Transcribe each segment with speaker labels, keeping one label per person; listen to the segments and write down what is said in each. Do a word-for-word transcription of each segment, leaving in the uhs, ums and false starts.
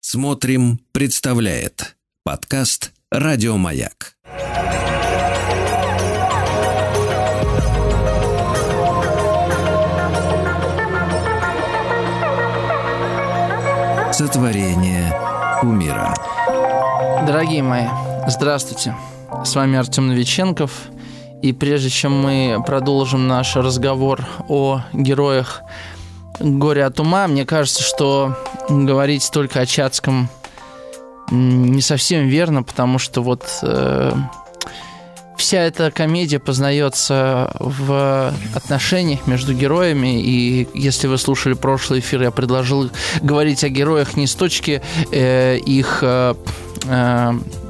Speaker 1: Смотрим, представляет подкаст «Радио Маяк». Сотворение кумира.
Speaker 2: Дорогие мои, здравствуйте. С вами Артем Новиченков. И прежде чем мы продолжим наш разговор о героях «Горе от ума», мне кажется, что говорить только о Чацком не совсем верно, потому что вот э, вся эта комедия познается в отношениях между героями. И если вы слушали прошлый эфир, я предложил говорить о героях не с точки э, их э, э,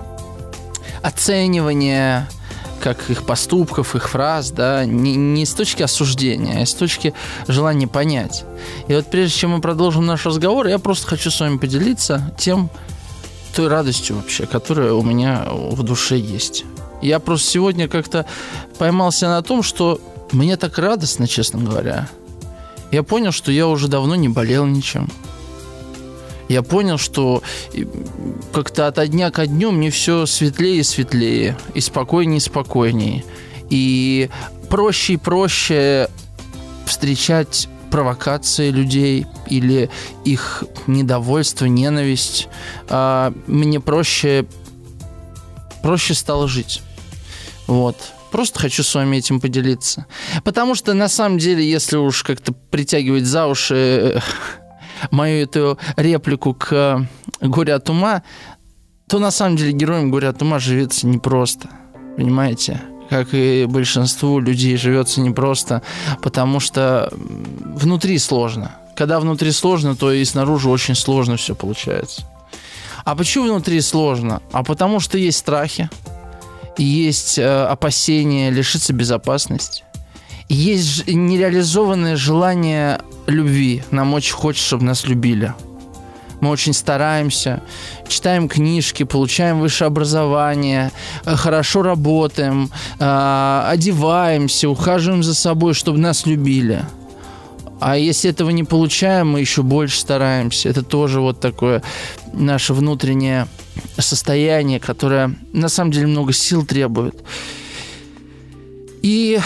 Speaker 2: оценивания, как их поступков, их фраз, да, не, не с точки осуждения, а с точки желания понять. И вот прежде чем мы продолжим наш разговор, я просто хочу с вами поделиться тем, той радостью вообще, которая у меня в душе есть. Я просто сегодня как-то поймался на том, что мне так радостно, честно говоря. Я понял, что я уже давно не болел ничем. Я понял, что как-то ото дня ко дню мне все светлее и светлее, и спокойнее и спокойнее. И проще и проще встречать провокации людей или их недовольство, ненависть. А мне проще, проще стало жить. Вот. Просто хочу с вами этим поделиться. Потому что, на самом деле, если уж как-то притягивать за уши мою эту реплику к «Горе от ума», то на самом деле героям «Горе от ума» живется непросто. Понимаете? Как и большинству людей живется непросто, потому что внутри сложно. Когда внутри сложно, то и снаружи очень сложно все получается. А почему внутри сложно? А потому что есть страхи, есть опасения лишиться безопасности, есть нереализованное желание любви. Нам очень хочется, чтобы нас любили. Мы очень стараемся, читаем книжки, получаем высшее образование, хорошо работаем, одеваемся, ухаживаем за собой, чтобы нас любили. А если этого не получаем, мы еще больше стараемся. Это тоже вот такое наше внутреннее состояние, которое на самом деле много сил требует. И...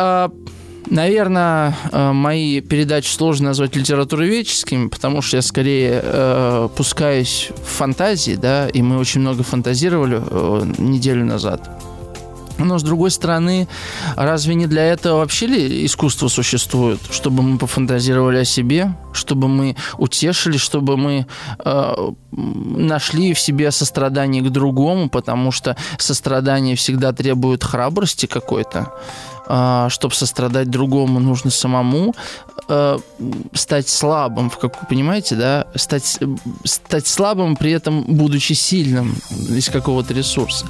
Speaker 2: Наверное, мои передачи сложно назвать литературоведческими, потому что я скорее э, пускаюсь в фантазии, да, и мы очень много фантазировали э, неделю назад. Но, с другой стороны, разве не для этого вообще ли искусство существует? Чтобы мы пофантазировали о себе, чтобы мы утешили, чтобы мы э, нашли в себе сострадание к другому, потому что сострадание всегда требует храбрости какой-то. Чтобы сострадать другому, нужно самому э, стать слабым, как, понимаете, да? Стать, стать слабым, при этом будучи сильным из какого-то ресурса.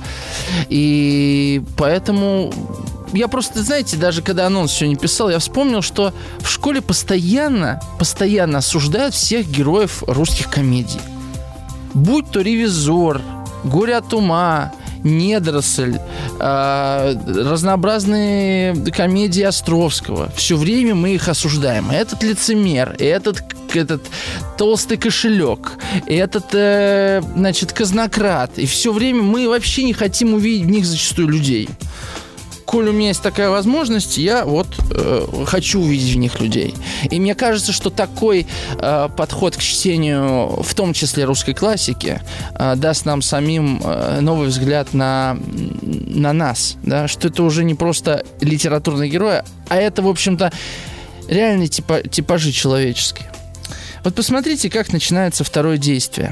Speaker 2: И поэтому я просто, знаете, даже когда анонс сегодня писал, я вспомнил, что в школе постоянно, постоянно осуждают всех героев русских комедий. Будь то «Ревизор», «Горе от ума», «Недоросль», э, разнообразные комедии Островского. Все время мы их осуждаем. Этот лицемер, этот, этот толстый кошелек, этот, э, значит, казнократ. И все время мы вообще не хотим увидеть в них зачастую людей. Коль у меня есть такая возможность, я вот э, хочу увидеть в них людей. И мне кажется, что такой э, подход к чтению, в том числе русской классики, э, даст нам самим э, новый взгляд на, на нас. Да? Что это уже не просто литературные герои, а это, в общем-то, реальные типа, типажи человеческие. Вот посмотрите, как начинается второе действие.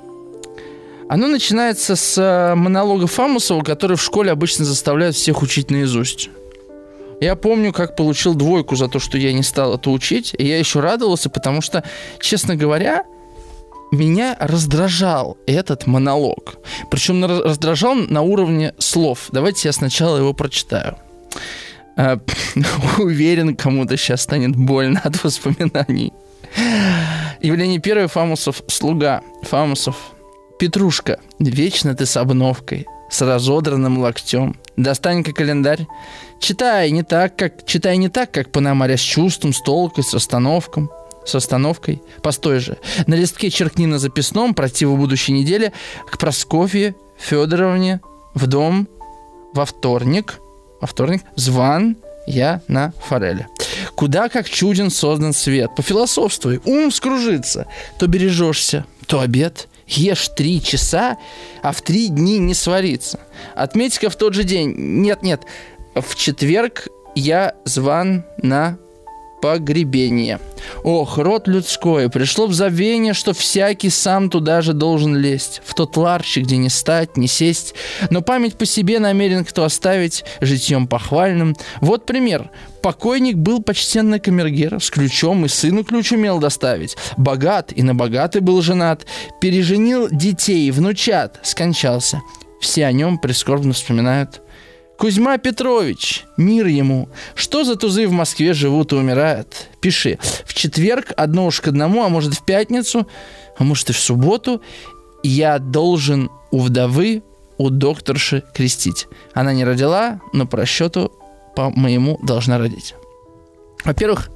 Speaker 2: Оно начинается с монолога Фамусова, который в школе обычно заставляют всех учить наизусть. Я помню, как получил двойку за то, что я не стал это учить, и я еще радовался, потому что, честно говоря, меня раздражал этот монолог. Причем раздражал на уровне слов. Давайте я сначала его прочитаю. Уверен, кому-то сейчас станет больно от воспоминаний. Явление первое. Фамусов. Слуга. Фамусов. Петрушка, вечно ты с обновкой, с разодранным локтем. Достань-ка календарь. Читай не так, как читай не так, как Пономарь, а с чувством, с толкой, с расстановком. с остановкой. Постой же. На листке черкни на записном противу будущей недели к Прасковье Федоровне в дом во вторник. Во вторник. Зван я на форели. Куда как чуден создан свет. Пофилософствуй, ум скружится. То бережешься, то обед. Ешь три часа, а в три дни не сварится. Отметь-ка в тот же день. Нет-нет, в четверг я зван на погребение. Ох, род людской, пришло в забвение, что всякий сам туда же должен лезть, в тот ларчик, где не стать, не сесть, но память по себе намерен кто оставить житьем похвальным. Вот пример. Покойник был почтенный камергер, с ключом и сыну ключ умел доставить. Богат и на богатый был женат, переженил детей, внучат, скончался. Все о нем прискорбно вспоминают. Кузьма Петрович, мир ему. Что за тузы в Москве живут и умирают? Пиши. В четверг, одно уж к одному, а может в пятницу, а может и в субботу, я должен у вдовы, у докторши крестить. Она не родила, но по расчету по моему должна родить. Во-первых,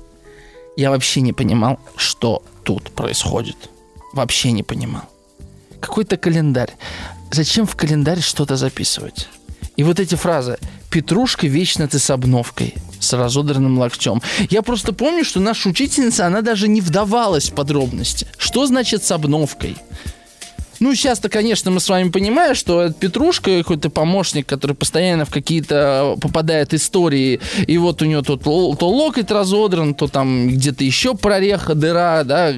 Speaker 2: я вообще не понимал, что тут происходит. Вообще не понимал. Какой-то календарь. Зачем в календарь что-то записывать? И вот эти фразы «Петрушка, вечно ты с обновкой», с разодранным локтем. Я просто помню, что наша учительница, она даже не вдавалась в подробности. Что значит «с обновкой»? Ну, сейчас-то, конечно, мы с вами понимаем, что Петрушка какой-то помощник, который постоянно в какие-то попадает истории, и вот у него то, то локоть разодран, то там где-то еще прореха, дыра, да,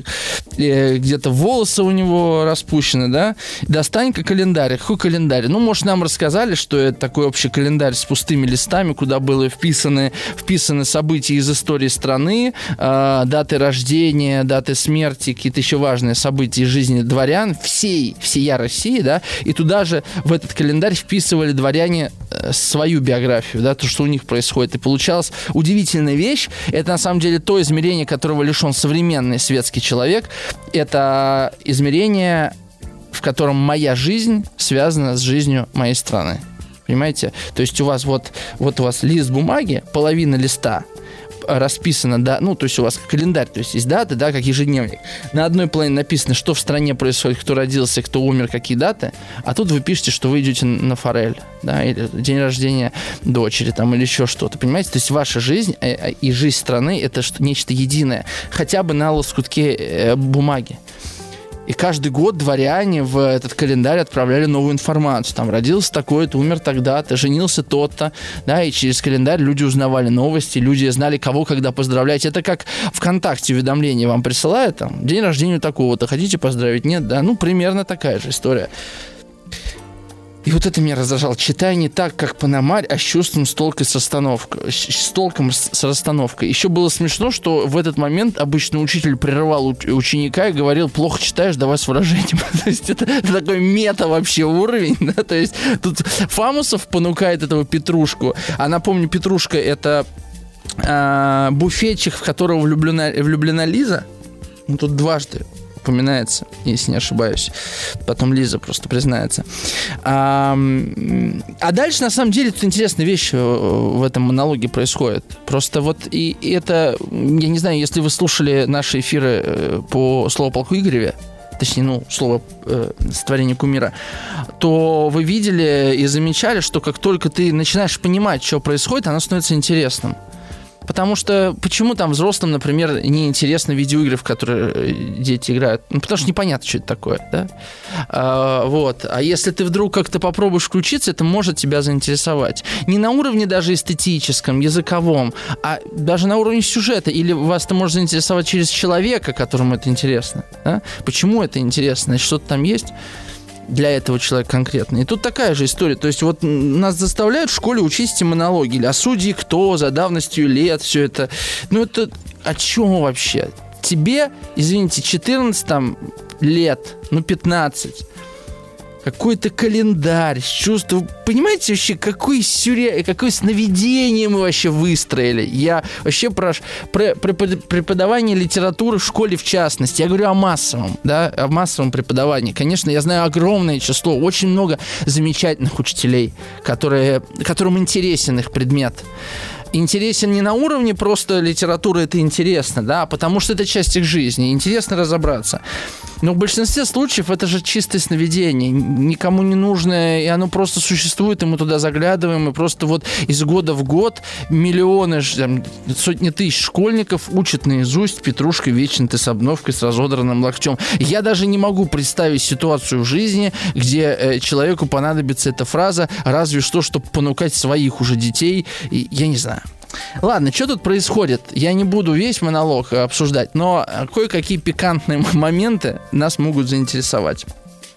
Speaker 2: где-то волосы у него распущены, да. Достань-ка календарь. Какой календарь? Ну, может, нам рассказали, что это такой общий календарь с пустыми листами, куда были вписаны, вписаны события из истории страны, э, даты рождения, даты смерти, какие-то еще важные события из жизни дворян, всей всея России, да, и туда же в этот календарь вписывали дворяне э, свою биографию, да, то, что у них происходит. И получалась удивительная вещь. Это, на самом деле, то измерение, которого лишен современный светский человек. Это измерение, в котором моя жизнь связана с жизнью моей страны. Понимаете? То есть у вас вот, вот у вас лист бумаги, половина листа расписано, да, ну, то есть у вас календарь, то есть есть даты, да, как ежедневник. На одной половине написано, что в стране происходит, кто родился, кто умер, какие даты, а тут вы пишете, что вы идете на форель, да, или день рождения дочери, там, или еще что-то, понимаете? То есть ваша жизнь и жизнь страны — это нечто единое, хотя бы на лоскутке бумаги. И каждый год дворяне в этот календарь отправляли новую информацию. Там родился такой-то, умер тогда-то, женился тот-то. Да, и через календарь люди узнавали новости, люди знали, кого когда поздравлять. Это как ВКонтакте уведомления вам присылают, там, день рождения такого-то, хотите поздравить? Нет, да, ну, примерно такая же история. И вот это меня раздражало. Читай не так, как Пономарь, а с чувством, с толком, с расстановкой. С толком, с расстановкой. Еще было смешно, что в этот момент обычно учитель прерывал ученика и говорил: плохо читаешь, давай с выражением. То есть это, это такой мета вообще уровень. Да? То есть тут Фамусов понукает этого Петрушку. А напомню, Петрушка — это э, буфетчик, в которого влюблена, влюблена Лиза. Ну, тут дважды упоминается, если не ошибаюсь. Потом Лиза просто признается. А, а дальше, на самом деле, тут интересная вещь в этом монологе происходит. Просто вот и, и это, я не знаю, если вы слушали наши эфиры по слову полку Игореве, точнее, ну, слово э, «Сотворение кумира», то вы видели и замечали, что как только ты начинаешь понимать, что происходит, оно становится интересным. Потому что почему там взрослым, например, неинтересны видеоигры, в которые дети играют? Ну, потому что непонятно, что это такое, да? А, вот. А если ты вдруг как-то попробуешь включиться, это может тебя заинтересовать. Не на уровне даже эстетическом, языковом, а даже на уровне сюжета. Или вас это может заинтересовать через человека, которому это интересно. Да? Почему это интересно? Что-то там есть для этого человека конкретно. И тут такая же история. То есть вот нас заставляют в школе учить эти монологи. Или «А судьи кто?», «За давностью лет», все это. Ну это о чем вообще? Тебе, извините, четырнадцать там, лет, ну пятнадцать. Какой-то календарь с чувством... Понимаете вообще, какое, сюрре... какое сновидение мы вообще выстроили? Я вообще про... про преподавание литературы в школе в частности. Я говорю о массовом, да, о массовом преподавании. Конечно, я знаю огромное число, очень много замечательных учителей, которые... которым интересен их предмет. интересен не на уровне просто литературы это интересно, да, потому что это часть их жизни, интересно разобраться. Но в большинстве случаев это же чистое сновидение, никому не нужное, и оно просто существует, и мы туда заглядываем, и просто вот из года в год миллионы, там, сотни тысяч школьников учат наизусть «Петрушка, вечно ты с обновкой, с разодранным локтем». Я даже не могу представить ситуацию в жизни, где э, человеку понадобится эта фраза, разве что, чтобы понукать своих уже детей, и, я не знаю. Ладно, что тут происходит? Я не буду весь монолог обсуждать, но кое-какие пикантные моменты нас могут заинтересовать.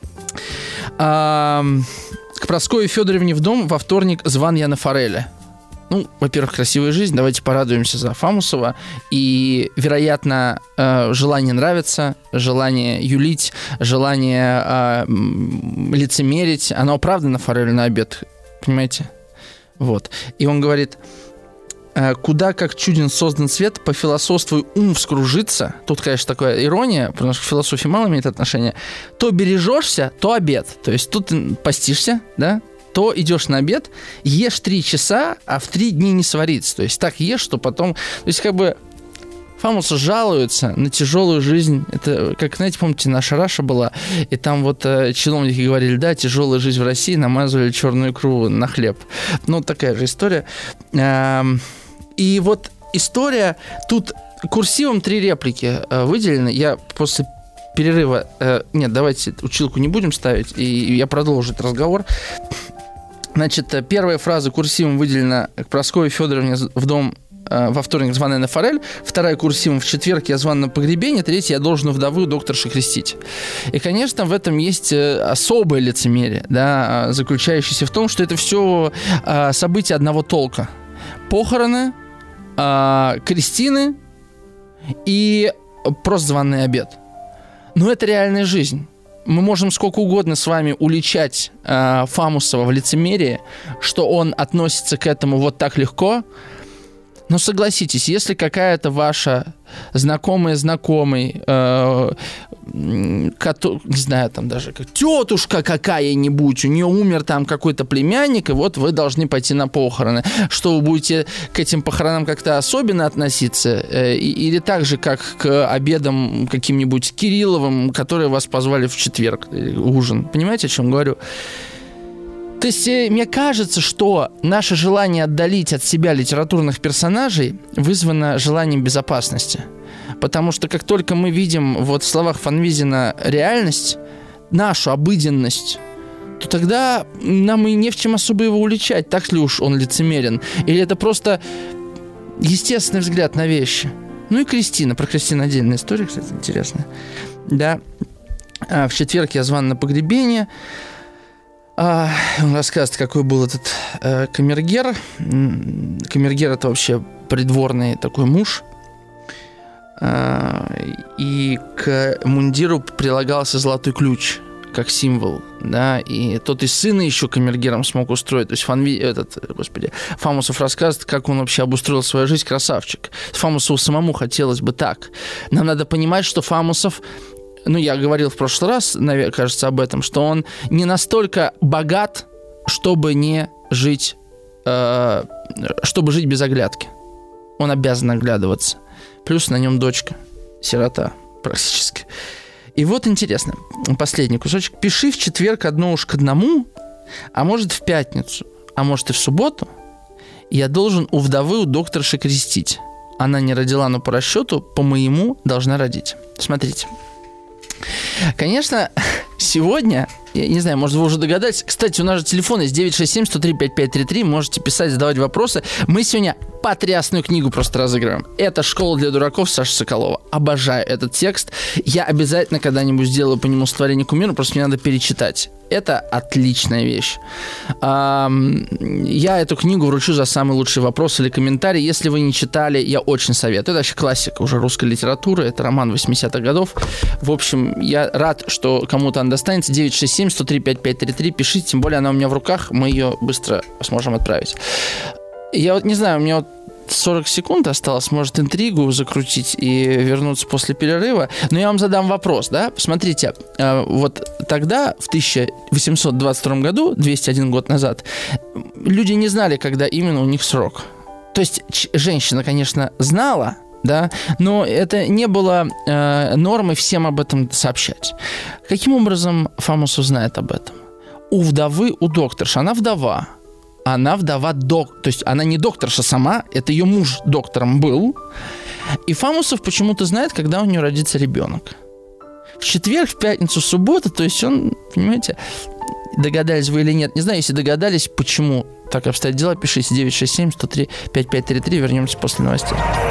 Speaker 2: А, к Прасковье Федоровне в дом во вторник зван я на форели. Ну, во-первых, красивая жизнь. Давайте порадуемся за Фамусова. И, вероятно, желание нравиться, желание юлить, желание лицемерить, оно оправдано форелью на обед. Понимаете? Вот. И он говорит... Куда как чуден создан свет, пофилософствуй, ум вскружится. Тут, конечно, такая ирония, потому что к философии мало имеет отношение. То бережешься, то обед. То есть тут ты постишься, да, то идешь на обед, ешь три часа, а в три дни не сварится. То есть так ешь, что потом... То есть как бы Фамусы жалуются на тяжелую жизнь. Это, как, знаете, помните, наша Раша была, и там вот э, чиновники говорили, да, тяжелая жизнь в России, намазывали черную икру на хлеб. Ну, такая же история. Эм... И вот история, тут курсивом три реплики э, выделены. Я после перерыва... Э, нет, давайте училку не будем ставить, и я продолжу этот разговор. Значит, первая фраза курсивом выделена к Прасковье Федоровне в дом э, во вторник званая на форель. Вторая курсивом в четверг я зван на погребение. Третья я должен вдову докторши крестить. И, конечно, в этом есть особое лицемерие, да, заключающееся в том, что это все э, события одного толка. Похороны, крестины и просто званый обед. Но это реальная жизнь. Мы можем сколько угодно с вами уличать э, Фамусова в лицемерии, что он относится к этому вот так легко. Но согласитесь, если какая-то ваша знакомая знакомый, э, кото, не знаю, там даже как тетушка какая-нибудь, у нее умер там какой-то племянник, и вот вы должны пойти на похороны. Что вы будете к этим похоронам как-то особенно относиться? Э, или так же, как к обедам каким-нибудь Кирилловым, которые вас позвали в четверг, ужин? Понимаете, о чем говорю? То есть, мне кажется, что наше желание отдалить от себя литературных персонажей вызвано желанием безопасности. Потому что как только мы видим вот в словах Фанвизина реальность, нашу обыденность, то тогда нам и не в чем особо его уличать, так ли уж он лицемерен. Или это просто естественный взгляд на вещи. Ну и Кристина. Про Кристину отдельная история, кстати, интересная. Да. В четверг я зван на погребение. А, он рассказывает, какой был этот э, камергер. Камергер — это вообще придворный такой муж. А, и к мундиру прилагался золотой ключ, как символ, да, и тот и сына еще камергером смог устроить. То есть Фанви, этот, господи, Фамусов рассказывает, как он вообще обустроил свою жизнь, красавчик. Фамусову самому хотелось бы так. Нам надо понимать, что Фамусов... Ну, я говорил в прошлый раз, наверное, кажется, об этом, что он не настолько богат, чтобы не жить, э, чтобы жить без оглядки. Он обязан оглядываться. Плюс на нем дочка, сирота практически. И вот интересно, последний кусочек. Пиши в четверг одно уж к одному, а может в пятницу, а может и в субботу. Я должен у вдовы у докторши крестить. Она не родила, но по расчету, по моему, должна родить. Смотрите. Конечно, сегодня, я не знаю, может, вы уже догадались. Кстати, у нас же телефон есть девять шесть семь сто три пять пять три три. Можете писать, задавать вопросы. Мы сегодня потрясную книгу просто разыгрываем. Это «Школа для дураков» Саши Соколова. Обожаю этот текст. Я обязательно когда-нибудь сделаю по нему створение кумира, просто мне надо перечитать. Это отличная вещь. Я эту книгу вручу за самый лучший вопрос или комментарий. Если вы не читали, я очень советую. Это вообще классика уже русской литературы. Это роман восьмидесятых годов. В общем, я рад, что кому-то она достанется. девять шесть семь сто три пять пять три три. Пишите, тем более она у меня в руках. Мы ее быстро сможем отправить. Я вот не знаю, у меня вот сорок секунд осталось, может, интригу закрутить и вернуться после перерыва. Но я вам задам вопрос, да? Посмотрите, вот тогда, в тысяча восемьсот двадцать втором году, двести один год назад, люди не знали, когда именно у них срок. То есть ч- женщина, конечно, знала, да, но это не было э, нормой всем об этом сообщать. Каким образом Фамусов знает об этом? У вдовы, у докторши, она вдова, она вдова док, то есть она не докторша сама, это ее муж доктором был, и Фамусов почему-то знает, когда у нее родится ребенок. В четверг, в пятницу, в субботу, то есть он, понимаете, догадались вы или нет, не знаю, если догадались, почему так обстоят дела, пишите девять шесть семь сто три пять пять три три, вернемся после новостей.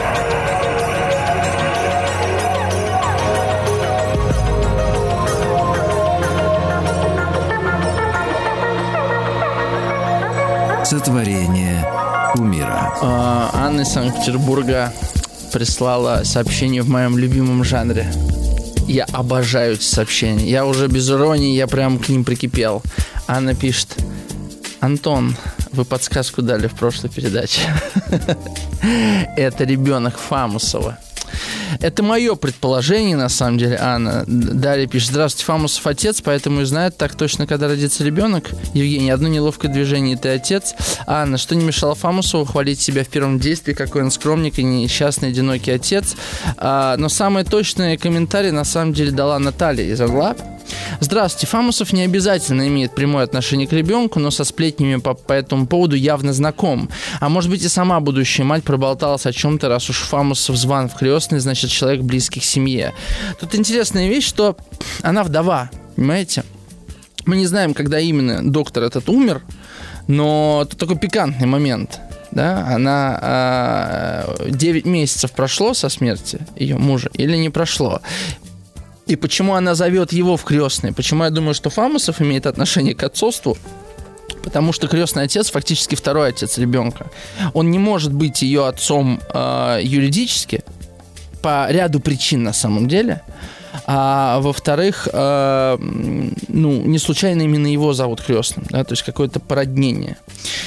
Speaker 1: Сотворение кумира.
Speaker 2: Анна из Санкт-Петербурга прислала сообщение в моем любимом жанре. Я обожаю эти сообщения. Я уже без иронии, я прям к ним прикипел. Анна пишет: Антон, вы подсказку дали в прошлой передаче. Это ребенок Фамусова. Это мое предположение, на самом деле, Анна. Дарья пишет: здравствуйте, Фамусов отец, поэтому и знает так точно, когда родится ребенок. Евгений, одно неловкое движение, и ты отец. Анна, что не мешало Фамусову хвалить себя в первом действии, какой он скромник и несчастный, одинокий отец. А, но самые точные комментарии, на самом деле, дала Наталья из Орла. Здравствуйте, Фамусов не обязательно имеет прямое отношение к ребенку, но со сплетнями по, по этому поводу явно знаком. А может быть и сама будущая мать проболталась о чем-то, раз уж Фамусов зван в крестный, значит человек близкий к семье. Тут интересная вещь, что она вдова, понимаете? Мы не знаем, когда именно доктор этот умер, но это такой пикантный момент. Да? Она э, девять месяцев прошло со смерти ее мужа или не прошло? И почему она зовет его в крестный? Почему я думаю, что Фамусов имеет отношение к отцовству? Потому что крестный отец фактически второй отец ребенка. Он не может быть ее отцом э, юридически по ряду причин на самом деле. А во-вторых, э, ну, не случайно именно его зовут крестным, да? То есть какое-то породнение.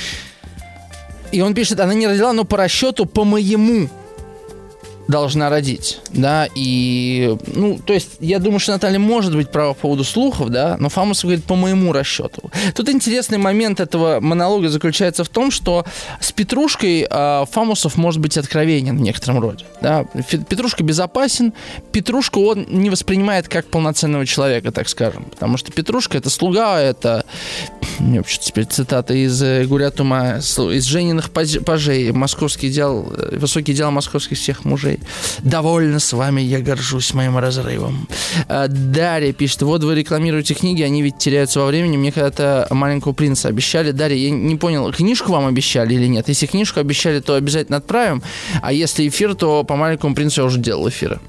Speaker 2: И он пишет: она не родила, но по расчету, по моему, должна родить, да, и, ну, то есть, я думаю, что Наталья может быть права по поводу слухов, да, но Фамусов говорит: по моему расчету. Тут интересный момент этого монолога заключается в том, что с Петрушкой э, Фамусов может быть откровенен в некотором роде, да. Петрушка безопасен, Петрушку он не воспринимает как полноценного человека, так скажем, потому что Петрушка — это слуга, это, мне вообще теперь цитата из Гуря Тума, из Жениных пажей, московский идеал, высокий идеал московских всех мужей. Довольно с вами, я горжусь моим разрывом. Дарья пишет: вот вы рекламируете книги, они ведь теряются во времени. Мне когда-то «Маленького принца» обещали. Дарья, я не понял, книжку вам обещали или нет? Если книжку обещали, то обязательно отправим. А если эфир, то по «Маленькому принцу» я уже делал эфиры.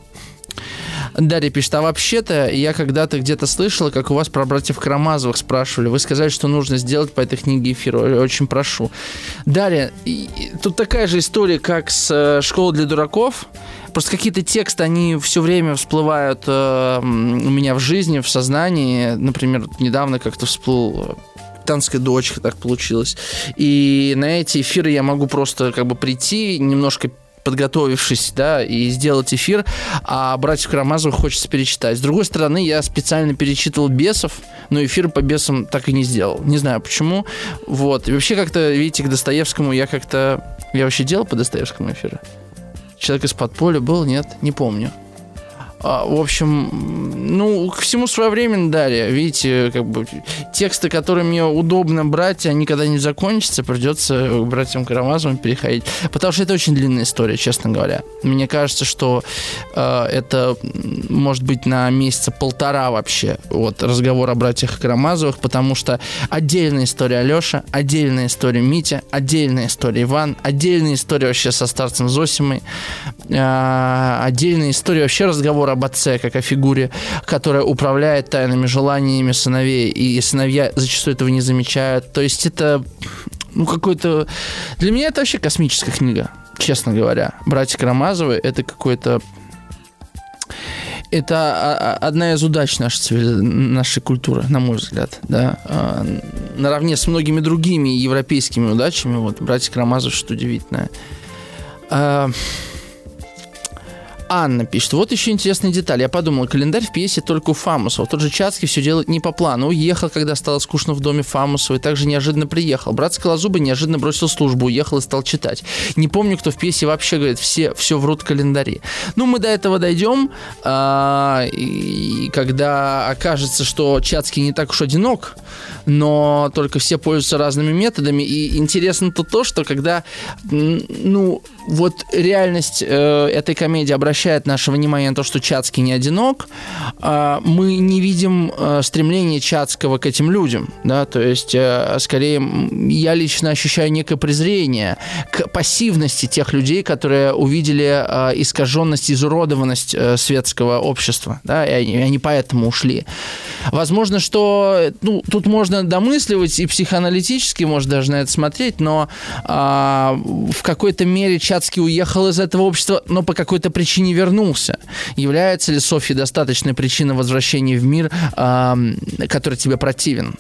Speaker 2: Дарья пишет: а вообще-то я когда-то где-то слышала, как у вас про братьев Карамазовых спрашивали. Вы сказали, что нужно сделать по этой книге эфир. Очень прошу. Дарья, тут такая же история, как с «Школой для дураков». Просто какие-то тексты, они все время всплывают э, у меня в жизни, в сознании. Например, недавно как-то всплыл «Капитанская дочка», так получилось. И на эти эфиры я могу просто как бы прийти, немножко подготовившись, да, и сделать эфир, а «Братьев Карамазовых» хочется перечитать. С другой стороны, я специально перечитывал «Бесов», но эфир по «Бесам» так и не сделал. Не знаю почему. Вот. И вообще как-то, видите, к Достоевскому я как-то... Я вообще делал по Достоевскому эфиры? «Человек из-под поля» был? Нет? Не помню. А, в общем, ну, к всему своевременно, Дарья. Видите, как бы тексты, которые мне удобно брать, они когда не закончатся, придется к братьям Карамазовым переходить. Потому что это очень длинная история, честно говоря. Мне кажется, что э, это может быть на месяца полтора вообще вот разговор о братьях Карамазовых, потому что отдельная история Алеша, отдельная история Митя, отдельная история Иван, отдельная история вообще со старцем Зосимой, э, отдельная история вообще разговора об отце, как о фигуре, которая управляет тайными желаниями сыновей, и сыновья зачастую этого не замечают. То есть это, ну, какой-то... Для меня это вообще космическая книга, честно говоря. «Братья Карамазовы» — это какой-то... Это одна из удач нашей, цивили... нашей культуры, на мой взгляд, да. Наравне с многими другими европейскими удачами, вот «Братья Карамазовы» что удивительное. Анна пишет. Вот еще интересная деталь. Я подумал, календарь в пьесе только у Фамусова. Тот же Чацкий все делает не по плану. Уехал, когда стало скучно в доме Фамусова, и также неожиданно приехал. Брат Скалозуба неожиданно бросил службу, уехал и стал читать. Не помню, кто в пьесе вообще говорит, все, все врут календари. Ну, мы до этого дойдем, а, и когда окажется, что Чацкий не так уж одинок, но только все пользуются разными методами. И интересно то, то что когда, ну, вот реальность э, этой комедии обращает наше внимание на то, что Чацкий не одинок, э, мы не видим э, стремления Чацкого к этим людям, да, то есть, э, скорее, я лично ощущаю некое презрение к пассивности тех людей, которые увидели э, искаженность, изуродованность э, светского общества, да, и они, и они поэтому ушли. Возможно, что, ну, тут можно домысливать и психоаналитически, может, даже на это смотреть, но э, в какой-то мере Чацкий уехал из этого общества, но по какой-то причине вернулся. Является ли Софья достаточной причиной возвращения в мир, э, который тебе противен?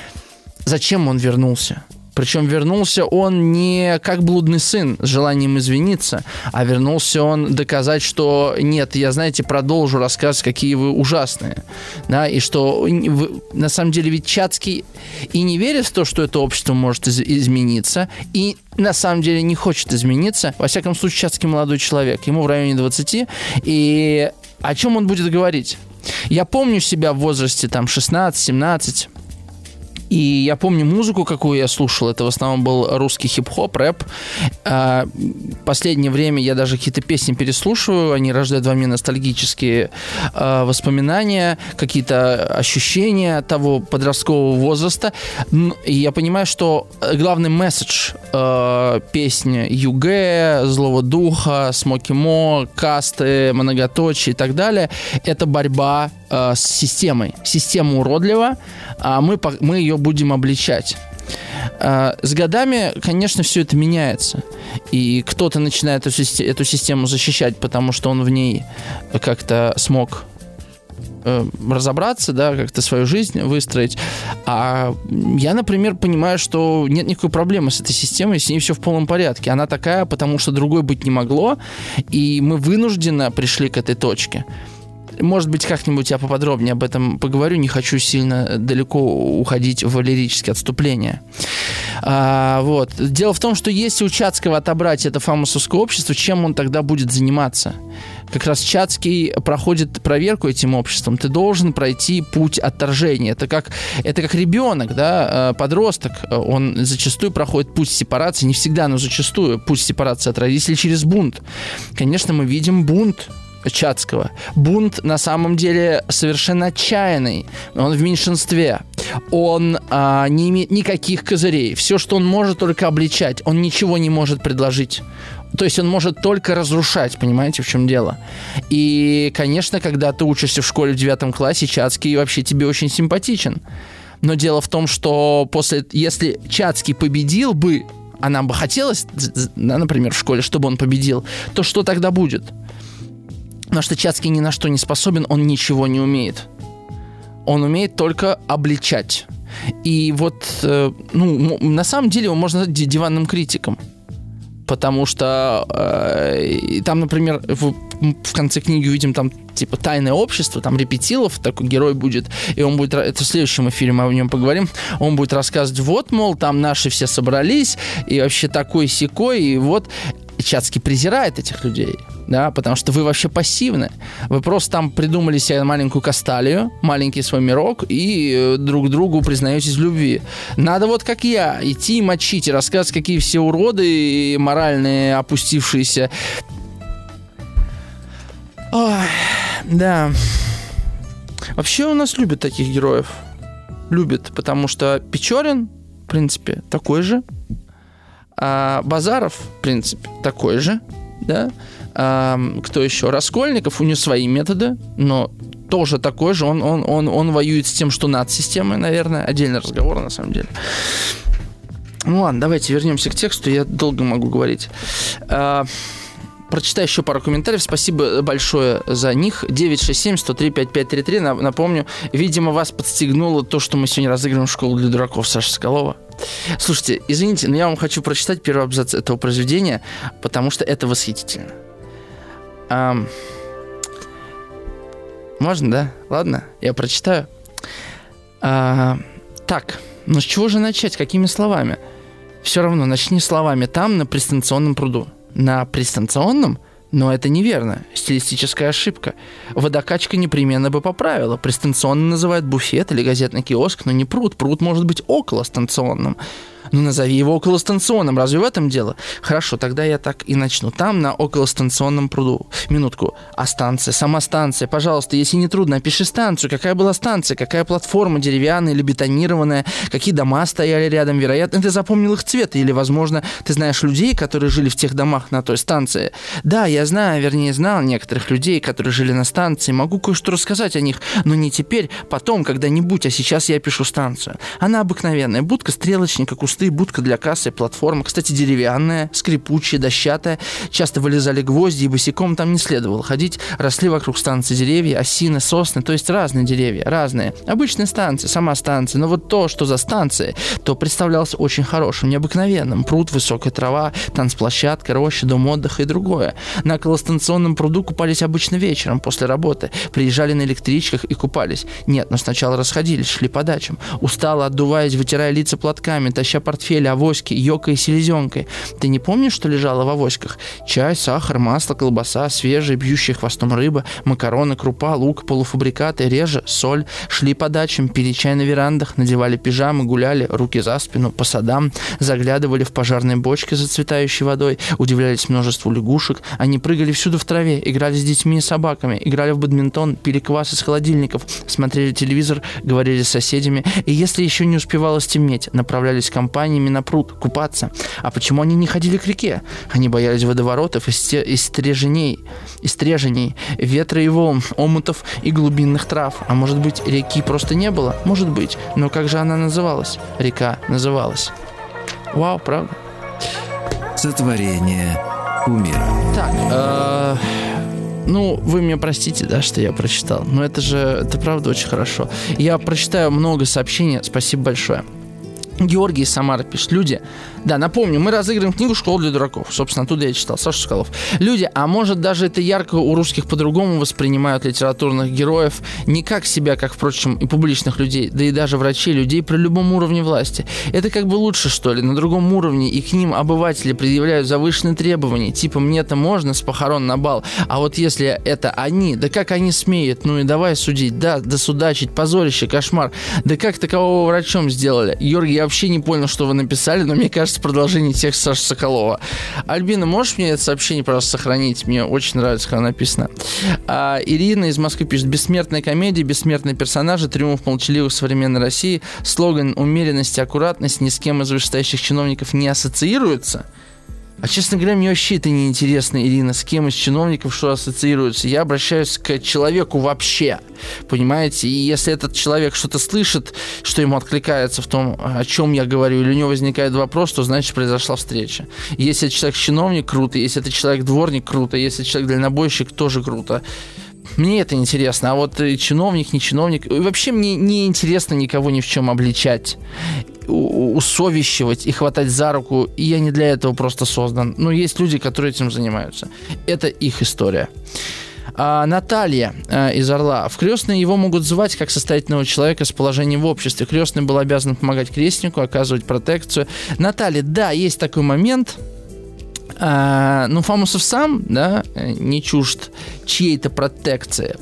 Speaker 2: Зачем он вернулся? Причем вернулся он не как блудный сын с желанием извиниться, а вернулся он доказать, что нет, я, знаете, продолжу рассказ, какие вы ужасные. Да, и что вы, на самом деле ведь Чацкий и не верит в то, что это общество может из- измениться, и на самом деле не хочет измениться. Во всяком случае, Чацкий молодой человек, ему в районе двадцати, и о чем он будет говорить? Я помню себя в возрасте там шестнадцать-семнадцать, и я помню музыку, какую я слушал. Это в основном был русский хип-хоп, рэп. А, последнее время я даже какие-то песни переслушиваю. Они рождают во мне ностальгические а, воспоминания, какие-то ощущения того подросткового возраста. И я понимаю, что главный месседж а, песни ЮГ, Злого Духа, Смоки Мо, Касты, Многоточие и так далее — это борьба а, с системой. Система уродлива, а мы, мы ее будем обличать. С годами, конечно, все это меняется. И кто-то начинает эту систему защищать, потому что он в ней как-то смог разобраться, да, как-то свою жизнь выстроить. А я, например, понимаю, что нет никакой проблемы с этой системой, с ней все в полном порядке. Она такая, потому что другой быть не могло, и мы вынужденно пришли к этой точке. Может быть, как-нибудь я поподробнее об этом поговорю. Не хочу сильно далеко уходить в лирические отступления. А, вот. Дело в том, что если у Чацкого отобрать это фамусовское общество, чем он тогда будет заниматься? Как раз Чацкий проходит проверку этим обществом. Ты должен пройти путь отторжения. Это как, это как ребенок, да, подросток. Он зачастую проходит путь сепарации. Не всегда, но зачастую путь сепарации от родителей через бунт. Конечно, мы видим бунт Чацкого. Бунт на самом деле совершенно отчаянный. Он в меньшинстве. Он а, не имеет никаких козырей. Все, что он может, только обличать. Он ничего не может предложить. То есть он может только разрушать, понимаете, в чем дело. И, конечно, когда ты учишься в школе в девятом классе, Чацкий вообще тебе очень симпатичен. Но дело в том, что после, если Чацкий победил бы, а нам бы хотелось, да, например, в школе, чтобы он победил, то что тогда будет? Потому что Чацкий ни на что не способен, он ничего не умеет. Он умеет только обличать. И вот, э, ну, на самом деле его можно назвать диванным критиком. Потому что э, там, например, в, в конце книги увидим там типа «Тайное общество», там Репетилов, такой герой будет, и он будет, это в следующем эфире мы о нем поговорим, он будет рассказывать, вот, мол, там наши все собрались, и вообще такой-сякой, и вот Чацкий презирает этих людей, да, потому что вы вообще пассивны. Вы просто там придумали себе маленькую касталию, маленький свой мирок, и друг другу признаетесь в любви. Надо вот как я, идти и мочить, и рассказывать, какие все уроды и моральные опустившиеся. Ой, да. Вообще у нас любят таких героев. Любят, потому что Печорин, в принципе, такой же. А Базаров, в принципе, такой же, да. А, кто еще? Раскольников, у него свои методы, но тоже такой же. Он, он, он, он воюет с тем, что над системой, наверное. Отдельный разговор, на самом деле. Ну ладно, давайте вернемся к тексту. Я долго могу говорить. А, прочитаю еще пару комментариев. Спасибо большое за них. девять шесть семь сто три пятьдесят пять тридцать три. Напомню, видимо, вас подстегнуло то, что мы сегодня разыгрываем «Школу для дураков» Саши Соколова. Слушайте, извините, но я вам хочу прочитать первый абзац этого произведения, потому что это восхитительно. А, Можно, да? Ладно, я прочитаю. А, так, ну с чего же начать? Какими словами? Все равно начни словами «там, на пристанционном пруду». На пристанционном? Но это неверно. Стилистическая ошибка. Водокачка непременно бы поправила. Пристанционным называют буфет или газетный киоск, но не пруд. Пруд может быть околостанционным. Ну, назови его околостанционным. Разве в этом дело? Хорошо, тогда я так и начну. Там, на околостанционном пруду. Минутку. А станция? Сама станция. Пожалуйста, если не трудно, опиши станцию. Какая была станция? Какая платформа? Деревянная или бетонированная? Какие дома стояли рядом? Вероятно, ты запомнил их цвет. Или, возможно, ты знаешь людей, которые жили в тех домах на той станции. Да, я знаю, вернее, знал некоторых людей, которые жили на станции. Могу кое-что рассказать о них. Но не теперь, потом, когда-нибудь. А сейчас я пишу станцию. Она обыкновенная. Будка стрелочника, кусты, будка для кассы, платформа. Кстати, деревянная, скрипучая, дощатая. Часто вылезали гвозди, и босиком там не следовало ходить. Росли вокруг станции деревья, осины, сосны, то есть разные деревья, разные. Обычная станция, сама станция. Но вот то, что за станцией, то представлялось очень хорошим, необыкновенным. Пруд, высокая трава, танцплощадка, роща, дом отдыха и другое. На околостанционном пруду купались обычно вечером после работы. Приезжали на электричках и купались. Нет, но сначала расходились, шли по дачам. Устало, отдуваясь, вытирая лица платками, таща портфели, авоськи, йокой и селезенкой. Ты не помнишь, что лежало в авоськах? Чай, сахар, масло, колбаса, свежая, бьющая хвостом рыба, макароны, крупа, лук, полуфабрикаты, реже, соль. Шли по дачам, пили чай на верандах, надевали пижамы, гуляли, руки за спину, по садам, заглядывали в пожарные бочки с зацветающей водой, удивлялись множеству лягушек. Они прыгали всюду в траве, играли с детьми и собаками, играли в бадминтон, пили квас из холодильников, смотрели телевизор, говорили с соседями, и если еще не успевало стемнеть, направлялись компаниями на пруд купаться. А почему они не ходили к реке? Они боялись водоворотов, истреженей, истреженей, ветра и волн, омутов и глубинных трав. А может быть, реки просто не было? Может быть. Но как же она называлась? Река называлась. Вау, правда?
Speaker 1: Сотворение кумира.
Speaker 2: Так, э, ну, вы меня простите, да, что я прочитал. Но это же, это правда очень хорошо. Я прочитаю много сообщений. Спасибо большое. Георгий из Самары пишет. Люди, да, напомню, мы разыгрываем книгу «Школа для дураков». Собственно, оттуда я читал. Саша Соколов. Люди, а может даже это ярко у русских по-другому воспринимают литературных героев, не как себя, как, впрочем, и публичных людей, да и даже врачей, людей при любом уровне власти. Это как бы лучше, что ли, на другом уровне, и к ним обыватели предъявляют завышенные требования, типа мне-то можно с похорон на бал, а вот если это они, да как они смеют, ну и давай судить, да, да судачить, позорище, кошмар, да как такового врачом сделали? Георгий, я вообще не понял, что вы написали, но мне кажется, продолжение текста Саши Соколова. Альбина, можешь мне это сообщение, пожалуйста, сохранить? Мне очень нравится, как оно написано. А, Ирина из Москвы пишет. Бессмертная комедия, бессмертные персонажи, триумф молчаливых современной России, слоган умеренность и аккуратность ни с кем из вышестоящих чиновников не ассоциируется. А, честно говоря, мне вообще это не интересно, Ирина, с кем из чиновников что ассоциируется. Я обращаюсь к человеку вообще, понимаете? И если этот человек что-то слышит, что ему откликается в том, о чем я говорю, или у него возникает вопрос, то значит произошла встреча. Если это человек чиновник, круто. Если это человек дворник, круто. Если человек дальнобойщик, тоже круто. Мне это интересно, а вот чиновник, не чиновник... Вообще мне не интересно никого ни в чем обличать, усовещивать и хватать за руку, и я не для этого просто создан. Но есть люди, которые этим занимаются. Это их история. А, Наталья а, из Орла. В крестные его могут звать как состоятельного человека с положением в обществе. Крестный был обязан помогать крестнику, оказывать протекцию. Наталья, да, есть такой момент... А, ну, Фамусов сам, да, не чужд чьей-то протекции.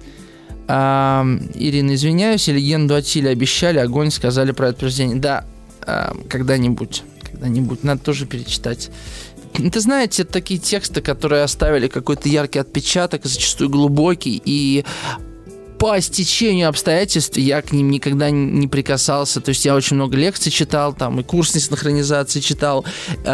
Speaker 2: А, Ирина, извиняюсь, легенду от Тиля обещали, огонь сказали про утверждение. Да, а, когда-нибудь, когда-нибудь, надо тоже перечитать. Это, знаете, это такие тексты, которые оставили какой-то яркий отпечаток, зачастую глубокий, и по стечению обстоятельств я к ним никогда не прикасался. То есть я очень много лекций читал, там и курс несинхронизации читал.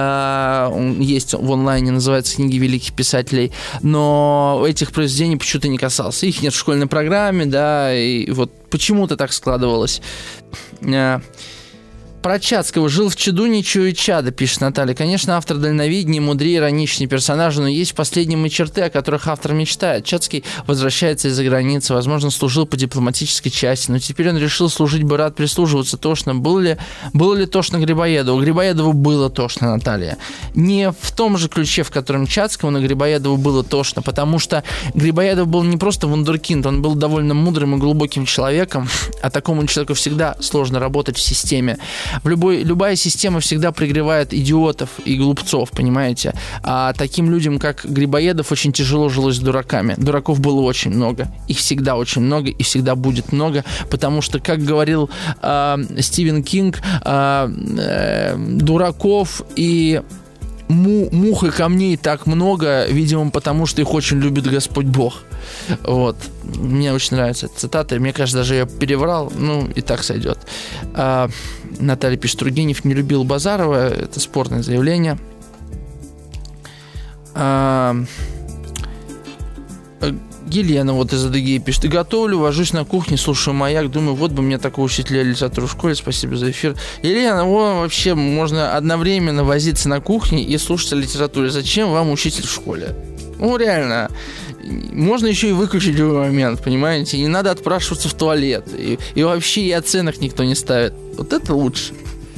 Speaker 2: Он есть в онлайне, называется «Книги великих писателей». Но этих произведений почему-то не касался. Их нет в школьной программе, да, и вот почему-то так складывалось. Про Чацкого. Жил в чаду, не чует чада, пишет Наталья. Конечно, автор дальновиднее, мудрее, ироничнее персонажа, но есть последние черты, о которых автор мечтает. Чацкий возвращается из-за границы, возможно, служил по дипломатической части, но теперь он решил служить бы рад прислуживаться тошно. Был ли, было ли тошно Грибоедову? Грибоедову было тошно, Наталья. Не в том же ключе, в котором Чацкому, но Грибоедову было тошно, потому что Грибоедов был не просто вундеркинд, он был довольно мудрым и глубоким человеком, а такому человеку всегда сложно работать в системе. В любой, любая система всегда пригревает идиотов и глупцов, понимаете? А таким людям, как Грибоедов, очень тяжело жилось с дураками. Дураков было очень много. Их всегда очень много и всегда будет много, потому что, как говорил э, Стивен Кинг, э, э, дураков и му, мух и камней так много, видимо, потому что их очень любит Господь Бог. Вот. Мне очень нравится эта цитата. Мне кажется, даже я переврал. Ну, и так сойдет. А, Наталья пишет, Тургенев не любил Базарова. Это спорное заявление. А, Елена вот из Адыгеи пишет. И готовлю, вожусь на кухне, слушаю «Маяк». Думаю, вот бы мне такого учителя литературы в школе. Спасибо за эфир. Елена, о, вообще можно одновременно возиться на кухне и слушать о литературе. Зачем вам учитель в школе? Ну, реально. Можно еще и выключить в любой момент, понимаете? Не надо отпрашиваться в туалет. И, и вообще и оценок никто не ставит. Вот это лучше.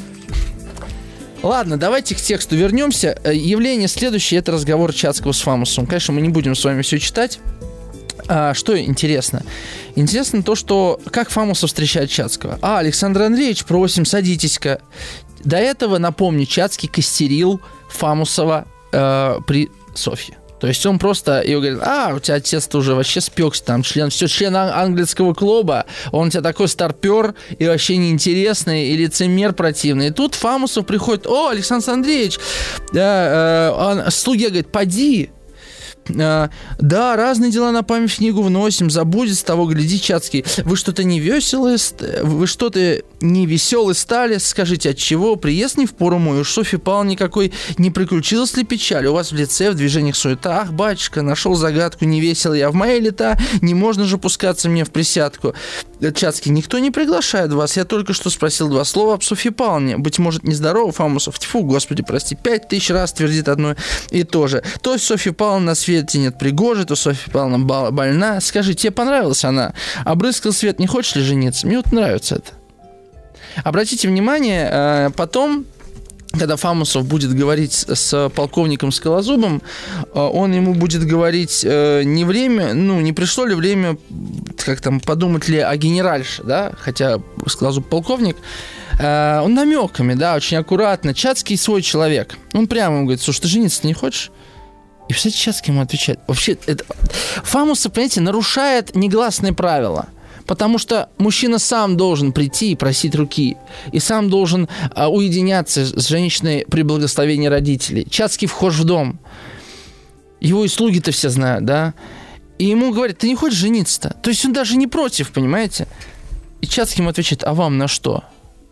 Speaker 2: Ладно, давайте к тексту вернемся. Явление следующее – это разговор Чацкого с Фамусом. Конечно, мы не будем с вами все читать. А, что интересно? Интересно то, что как Фамусов встречает Чацкого. А, Александр Андреевич, просим, садитесь-ка. До этого, напомню, Чацкий костерил Фамусова э, при Софье. То есть он просто его говорит, а, у тебя отец-то уже вообще спекся, там, член, все, член английского клуба, он у тебя такой старпер и вообще неинтересный, и лицемер противный. И тут Фамусов приходит, о, Александр Андреевич, э, э, он, слуге говорит, поди, э, да, разные дела на память в книгу вносим, забудет с того, гляди, Чацкий, вы что-то не веселые, вы что-то не веселые стали, скажите, от чего, приезд не в пору мой, уж Софья Павловна никакой не приключилась ли печаль, у вас в лице, в движениях суета, ах, батюшка, нашел загадку, не весело я в мои лета, не можно же пускаться мне в присядку. Чацкий, никто не приглашает вас, я только что спросил два слова об Софье Павловне, быть может, нездорово, Фамусов, тьфу, господи, прости, пять тысяч раз твердит одно и то же, то Софья Павловна на свете нет пригожей, то Софья Павловна больна, скажи, тебе понравилась она, обрыскал свет, не хочешь ли жениться, мне вот нравится это. Обратите внимание, потом, когда Фамусов будет говорить с полковником Скалозубом, он ему будет говорить не время, ну, не пришло ли время, как там, подумать ли о генеральше, да, хотя Скалозуб полковник, он намеками, да, очень аккуратно, Чацкий свой человек, он прямо ему говорит, слушай, ты жениться не хочешь? И, кстати, Чацкий ему отвечает, вообще, это... Фамусов, понимаете, нарушает негласные правила. Потому что мужчина сам должен прийти и просить руки. И сам должен а, уединяться с женщиной при благословении родителей. Чацкий вхож в дом. Его и слуги-то все знают, да? И ему говорят, ты не хочешь жениться-то? То есть он даже не против, понимаете? И Чацкий ему отвечает, а вам на что?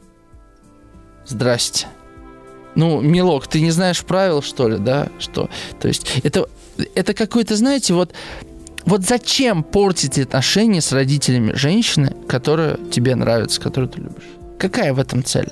Speaker 2: Здрасте. Ну, милок, ты не знаешь правил, что ли, да? Что? То есть это, это какой-то, знаете, вот... Вот зачем портить отношения с родителями женщины, которая тебе нравится, которую ты любишь? Какая в этом цель?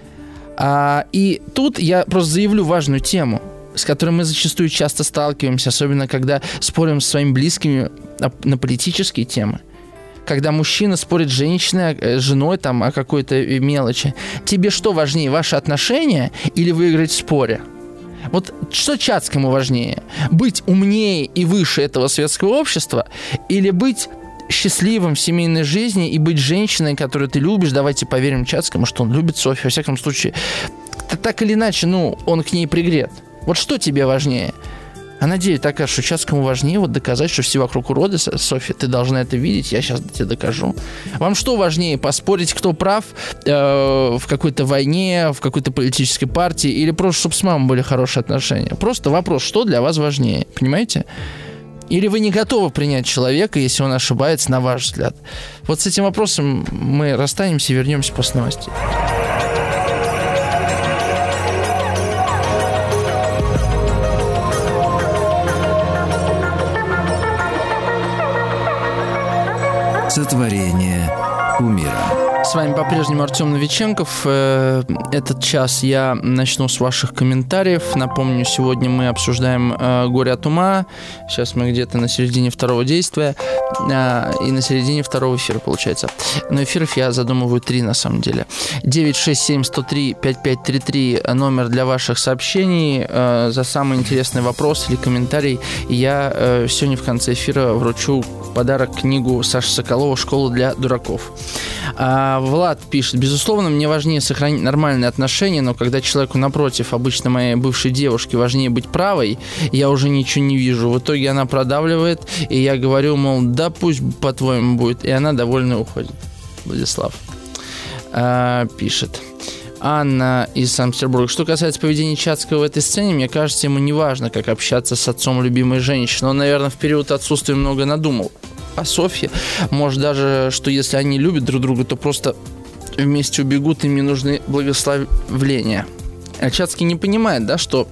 Speaker 2: А, и тут я просто заявлю важную тему, с которой мы зачастую часто сталкиваемся, особенно когда спорим с своими близкими на политические темы. Когда мужчина спорит с женщиной, с женой там, о какой-то мелочи. Тебе что важнее, ваши отношения или выиграть в споре? Вот что Чацкому важнее? Быть умнее и выше этого светского общества или быть счастливым в семейной жизни и быть женщиной, которую ты любишь? Давайте поверим Чацкому, что он любит Софью. Во всяком случае, так или иначе, ну, он к ней пригрет. Вот что тебе важнее? А надеюсь такая, что Чацкому важнее вот доказать, что все вокруг уроды, Софья, ты должна это видеть, я сейчас тебе докажу. Вам что важнее, поспорить, кто прав э, в какой-то войне, в какой-то политической партии, или просто, чтобы с мамой были хорошие отношения? Просто вопрос, что для вас важнее, понимаете? Или вы не готовы принять человека, если он ошибается, на ваш взгляд? Вот с этим вопросом мы расстанемся и вернемся после новостей.
Speaker 1: Сотворение кумира.
Speaker 2: С вами по-прежнему Артем Новиченков. Этот час я начну с ваших комментариев. Напомню, сегодня мы обсуждаем «Горе от ума». Сейчас мы где-то на середине второго действия и на середине второго эфира, получается. Но эфиров я задумываю три, на самом деле. девять шесть семь сто три пять пять три три номер для ваших сообщений. За самый интересный вопрос или комментарий я сегодня в конце эфира вручу в подарок книгу Саши Соколова «Школа для дураков». Влад пишет: безусловно, мне важнее сохранить нормальные отношения, но когда человеку напротив, обычно моей бывшей девушке, важнее быть правой, я уже ничего не вижу. В итоге она продавливает, и я говорю, мол, да пусть по-твоему будет, и она довольно уходит. Владислав а, пишет. Анна из Санкт-Петербурга. Что касается поведения Чацкого в этой сцене, мне кажется, ему не важно, как общаться с отцом любимой женщины. Он, наверное, в период отсутствия много надумал. А Софья, может даже, что если они любят друг друга, то просто вместе убегут, им не нужны благословления. А Чацкий не понимает, да, что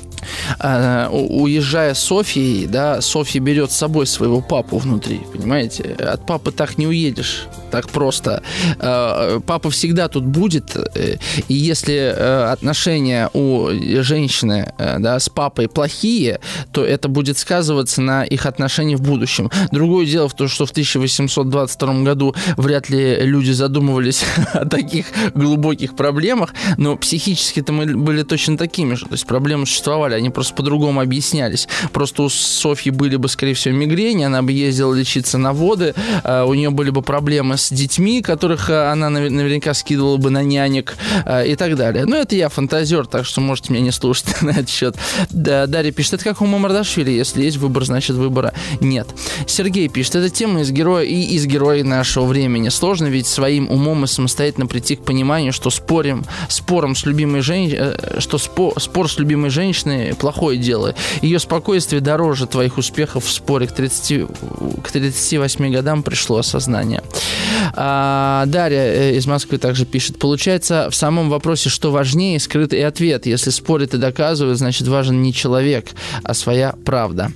Speaker 2: Uh, уезжая с Софьей, да, Софья берет с собой своего папу внутри, понимаете? От папы так не уедешь, так просто. Uh, папа всегда тут будет, и если uh, отношения у женщины, uh, да, с папой плохие, то это будет сказываться на их отношениях в будущем. Другое дело в том, что в тысяча восемьсот двадцать втором году вряд ли люди задумывались о таких глубоких проблемах, но психически-то мы были точно такими же, то есть проблемы существовали, они просто по-другому объяснялись. Просто у Софьи были бы, скорее всего, мигрени, она бы ездила лечиться на воды, у нее были бы проблемы с детьми, которых она наверняка скидывала бы на нянек и так далее. Но это я фантазер, так что можете меня не слушать на этот счет. Да, Дарья пишет, это как у Мамардашвили, если есть выбор, значит выбора нет. Сергей пишет, это тема из героя и из героя нашего времени. Сложно ведь своим умом и самостоятельно прийти к пониманию, что спорим, спором с любимой женщиной, что спор, спор с любимой женщиной плохое дело. Ее спокойствие дороже твоих успехов в споре. К тридцати, к тридцати восьми годам пришло осознание. А, Дарья из Москвы также пишет. Получается, в самом вопросе, что важнее, скрытый ответ. Если спорят и доказывают, значит, важен не человек, а своя правда.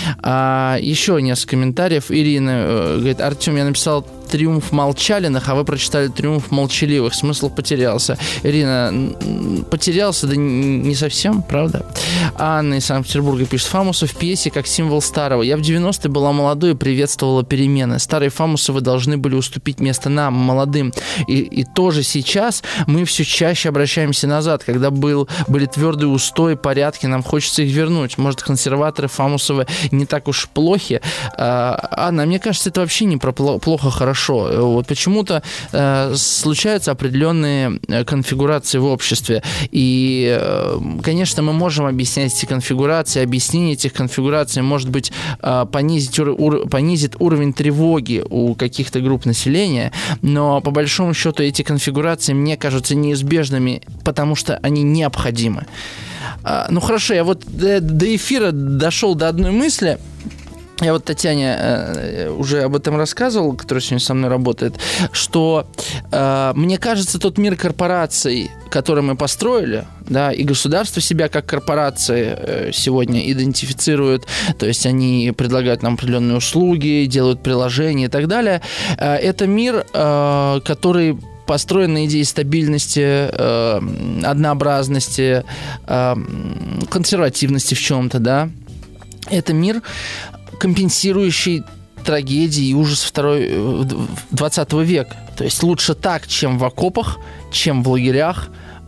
Speaker 2: А, еще несколько комментариев. Ирина э, говорит, Артем, я написал «Триумф молчалиных», а вы прочитали «Триумф молчаливых». Смысл потерялся. Ирина, потерялся, да не совсем, правда? Анна из Санкт-Петербурга пишет, Фамусов в пьесе как символ старого. Я в девяностые была молодой и приветствовала перемены. Старые Фамусовы должны были уступить место нам, молодым. И, и тоже сейчас мы все чаще обращаемся назад. Когда был, были твердые устои, порядки, нам хочется их вернуть. Может, консерваторы Фамусовы не так уж плохи? А, Анна, мне кажется, это вообще не про плохо-хорошо. Вот почему-то э, случаются определенные конфигурации в обществе. И, э, конечно, мы можем объяснять эти конфигурации. Объяснение этих конфигураций, может быть, э, понизить, ур, ур, понизит уровень тревоги у каких-то групп населения, но, по большому счету, эти конфигурации мне кажутся неизбежными, потому что они необходимы. Э, ну, хорошо, я вот до, до эфира дошел до одной мысли. Я вот Татьяне э, уже об этом рассказывал, которая сегодня со мной работает, что э, мне кажется, тот мир корпораций, который мы построили, да, и государство себя как корпорации э, сегодня идентифицирует, то есть они предлагают нам определенные услуги, делают приложения и так далее, э, это мир, э, который построен на идее стабильности, э, однообразности, э, консервативности в чем-то, да. Это мир, компенсирующий трагедии и ужас второй, двадцатого века. То есть лучше так, чем в окопах, чем в лагерях,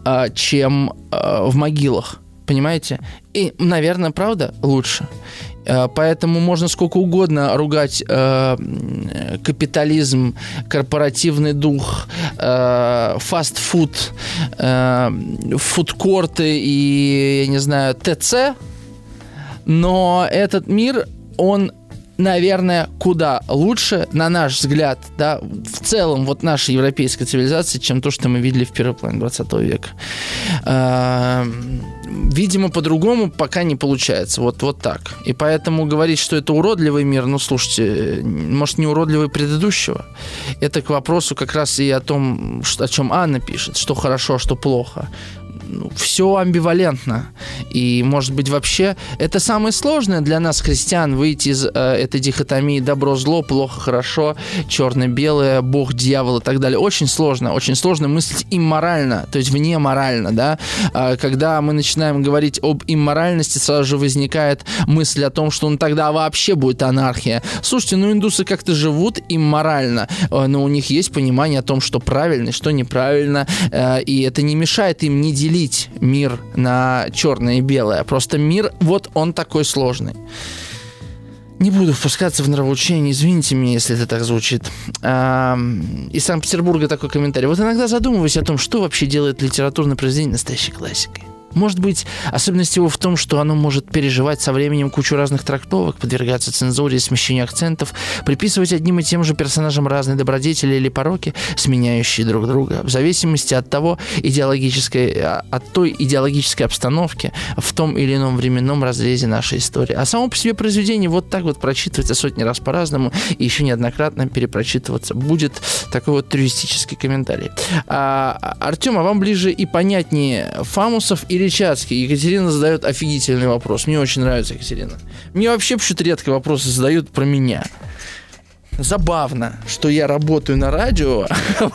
Speaker 2: чем в могилах. Понимаете? И, наверное, правда, лучше. Поэтому можно сколько угодно ругать э, капитализм, корпоративный дух, э, фастфуд, э, фудкорты и, я не знаю, ТЦ, но этот мир, он, наверное, куда лучше, на наш взгляд, да, в целом вот нашей европейской цивилизации, чем то, что мы видели в первой половине двадцатого века. Видимо, по-другому пока не получается. Вот, вот так. И поэтому говорить, что это уродливый мир, ну, слушайте, может, не уродливый предыдущего? Это к вопросу как раз и о том, о чем Анна пишет, что хорошо, а что плохо. ну, все амбивалентно. И, может быть, вообще это самое сложное для нас, христиан, выйти из э, этой дихотомии добро-зло, плохо-хорошо, черно-белое, бог, дьявол и так далее. Очень сложно. Очень сложно мыслить имморально, то есть вне морально, да. Э, когда мы начинаем говорить об имморальности, сразу же возникает мысль о том, что ну, тогда вообще будет анархия. Слушайте, ну индусы как-то живут имморально, э, но у них есть понимание о том, что правильно и что неправильно, э, и это не мешает им не делить мир на черное и белое. Просто мир, вот он такой сложный. Не буду впускаться в нравоучение, извините меня, если это так звучит. А, из Санкт-Петербурга такой комментарий. Вот иногда задумываюсь о том, что вообще делает литературное произведение настоящей классикой. Может быть, особенность его в том, что оно может переживать со временем кучу разных трактовок, подвергаться цензуре и смещению акцентов, приписывать одним и тем же персонажам разные добродетели или пороки, сменяющие друг друга, в зависимости от того идеологической, от той идеологической обстановки в том или ином временном разрезе нашей истории. А само по себе произведение вот так вот прочитывается сотни раз по-разному и еще неоднократно перепрочитываться будет. Такой вот туристический комментарий. А, Артем, а вам ближе и понятнее Фамусов или Чацкий? Екатерина задает офигительный вопрос. Мне очень нравится Екатерина. Мне вообще почему-то редко вопросы задают про меня. Забавно, что я работаю на радио.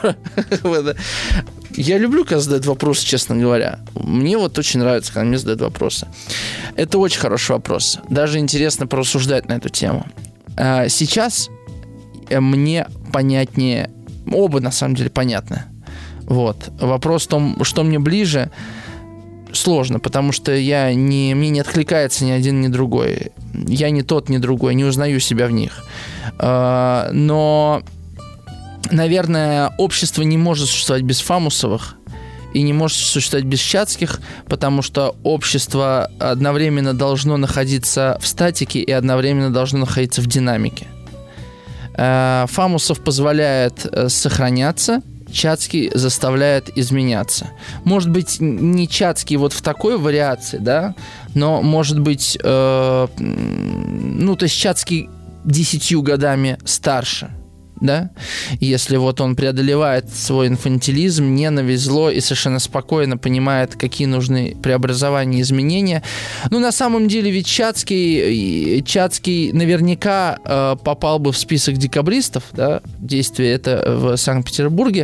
Speaker 2: Я люблю, когда задают вопросы, честно говоря. Мне вот очень нравится, когда мне задают вопросы. Это очень хороший вопрос. Даже интересно порассуждать на эту тему. Сейчас мне понятнее... Оба, на самом деле, понятны. Вот. Вопрос в том, что мне ближе... Сложно, потому что я не, мне не откликается ни один, ни другой. Я не тот, ни другой, не узнаю себя в них. Но, наверное, общество не может существовать без Фамусовых и не может существовать без Чацких, потому что общество одновременно должно находиться в статике и одновременно должно находиться в динамике. Фамусов позволяет сохраняться, Чацкий заставляет изменяться. Может быть, не Чацкий вот в такой вариации, да, но может быть, э, ну, то есть Чацкий десятью годами старше, да, если вот он преодолевает свой инфантилизм, ненависть, зло и совершенно спокойно понимает, какие нужны преобразования и изменения. Ну, на самом деле, ведь Чацкий, Чацкий наверняка э, попал бы в список декабристов, да, действие это в Санкт-Петербурге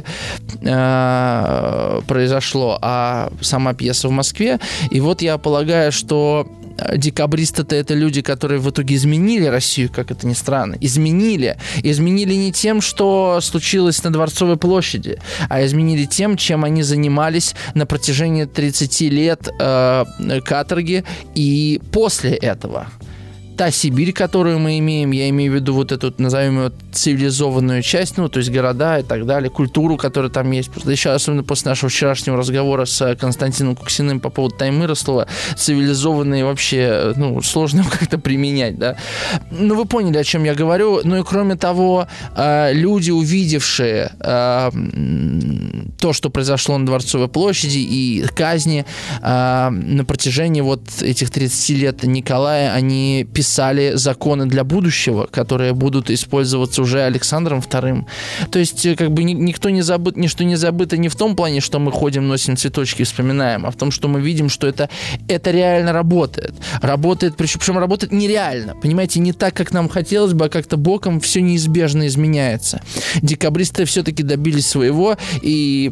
Speaker 2: э, произошло, а сама пьеса в Москве, и вот я полагаю, что декабристы-то это люди, которые в итоге изменили Россию, как это ни странно. Изменили. Изменили не тем, что случилось на Дворцовой площади, а изменили тем, чем они занимались на протяжении тридцати лет э, каторги и после этого. Та Сибирь, которую мы имеем, я имею в виду вот эту, назовем ее, цивилизованную часть, ну, то есть города и так далее, культуру, которая там есть. Просто еще, особенно после нашего вчерашнего разговора с Константином Куксиным по поводу Таймыра, слово цивилизованные вообще, ну, сложно как-то применять, да. Ну, вы поняли, о чем я говорю. Ну, и кроме того, люди, увидевшие то, что произошло на Дворцовой площади и казни на протяжении вот этих тридцати лет Николая, они писали писали законы для будущего, которые будут использоваться уже Александром вторым. То есть, как бы никто не забыт, ничто не забыто не в том плане, что мы ходим, носим цветочки и вспоминаем, а в том, что мы видим, что это, это реально работает. Работает, причем, причем работает нереально. Понимаете, не так, как нам хотелось бы, а как-то боком все неизбежно изменяется. Декабристы все-таки добились своего, и...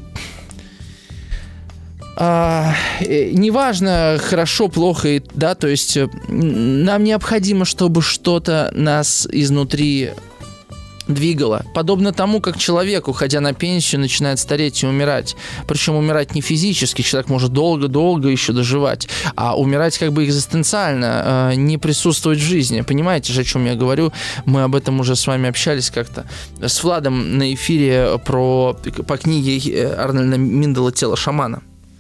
Speaker 2: А, неважно, хорошо, плохо, да, то есть нам необходимо, чтобы что-то нас изнутри двигало. Подобно тому, как человек, уходя на пенсию, начинает стареть и умирать. Причем умирать не физически, человек может долго-долго еще доживать, а умирать как бы экзистенциально, не присутствовать в жизни. Понимаете же, о чем я говорю? Мы об этом уже с вами общались как-то с Владом на эфире про, по книге Арнольда Миндела «Тело шамана».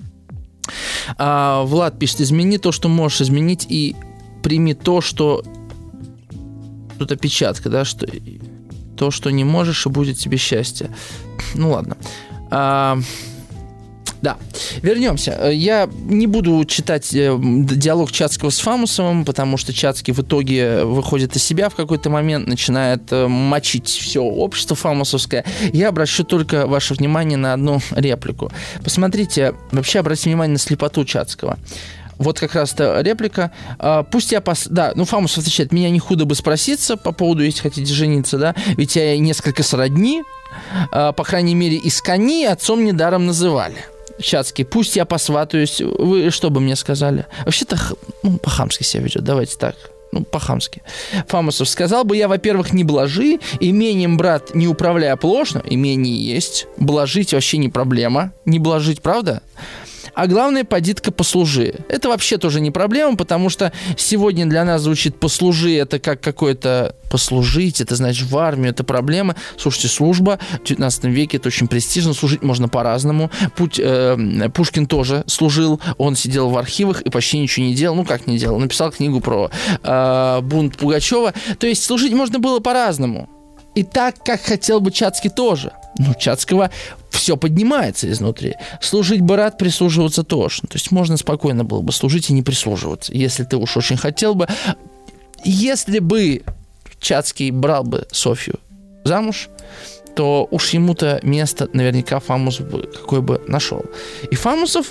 Speaker 2: А, Влад пишет: измени то, что можешь изменить, и прими то, что... Тут опечатка, да, что то, что не можешь, и будет тебе счастье. Ну ладно. А, Да, вернемся. Я не буду читать диалог Чацкого с Фамусовым, потому что Чацкий в итоге выходит из себя в какой-то момент, начинает мочить все общество фамусовское. Я обращу только ваше внимание на одну реплику. Посмотрите, вообще обратите внимание на слепоту Чацкого. Вот как раз эта реплика. Пусть я пос... Да, ну Фамусов отвечает: меня не худо бы спроситься по поводу, если хотите жениться, да, ведь я несколько сродни, по крайней мере, из кони отцом недаром называли. Чацкий: пусть я посватаюсь, вы что бы мне сказали? Вообще-то, ну, по-хамски себя ведет, давайте так. Ну, по-хамски. Фамусов: сказал бы я, во-первых, не блажи, имением, брат, не управляя плошно, имение есть, блажить вообще не проблема, не блажить, правда? А главное, поди-ка послужи. Это вообще тоже не проблема, потому что сегодня для нас звучит послужи, это как какое-то послужить, это значит в армию, это проблема. Слушайте, служба в девятнадцатом веке, это очень престижно, служить можно по-разному. Путь, э, Пушкин тоже служил, он сидел в архивах и почти ничего не делал. Ну, как не делал? Написал книгу про э, бунт Пугачева. То есть служить можно было по-разному. И так, как хотел бы Чацкий тоже. Ну, Чацкого все поднимается изнутри. Служить бы рад, прислуживаться тоже. То есть можно спокойно было бы служить и не прислуживаться, если ты уж очень хотел бы. Если бы Чацкий брал бы Софью замуж, то уж ему-то место наверняка Фамусов бы какой бы нашел. И Фамусов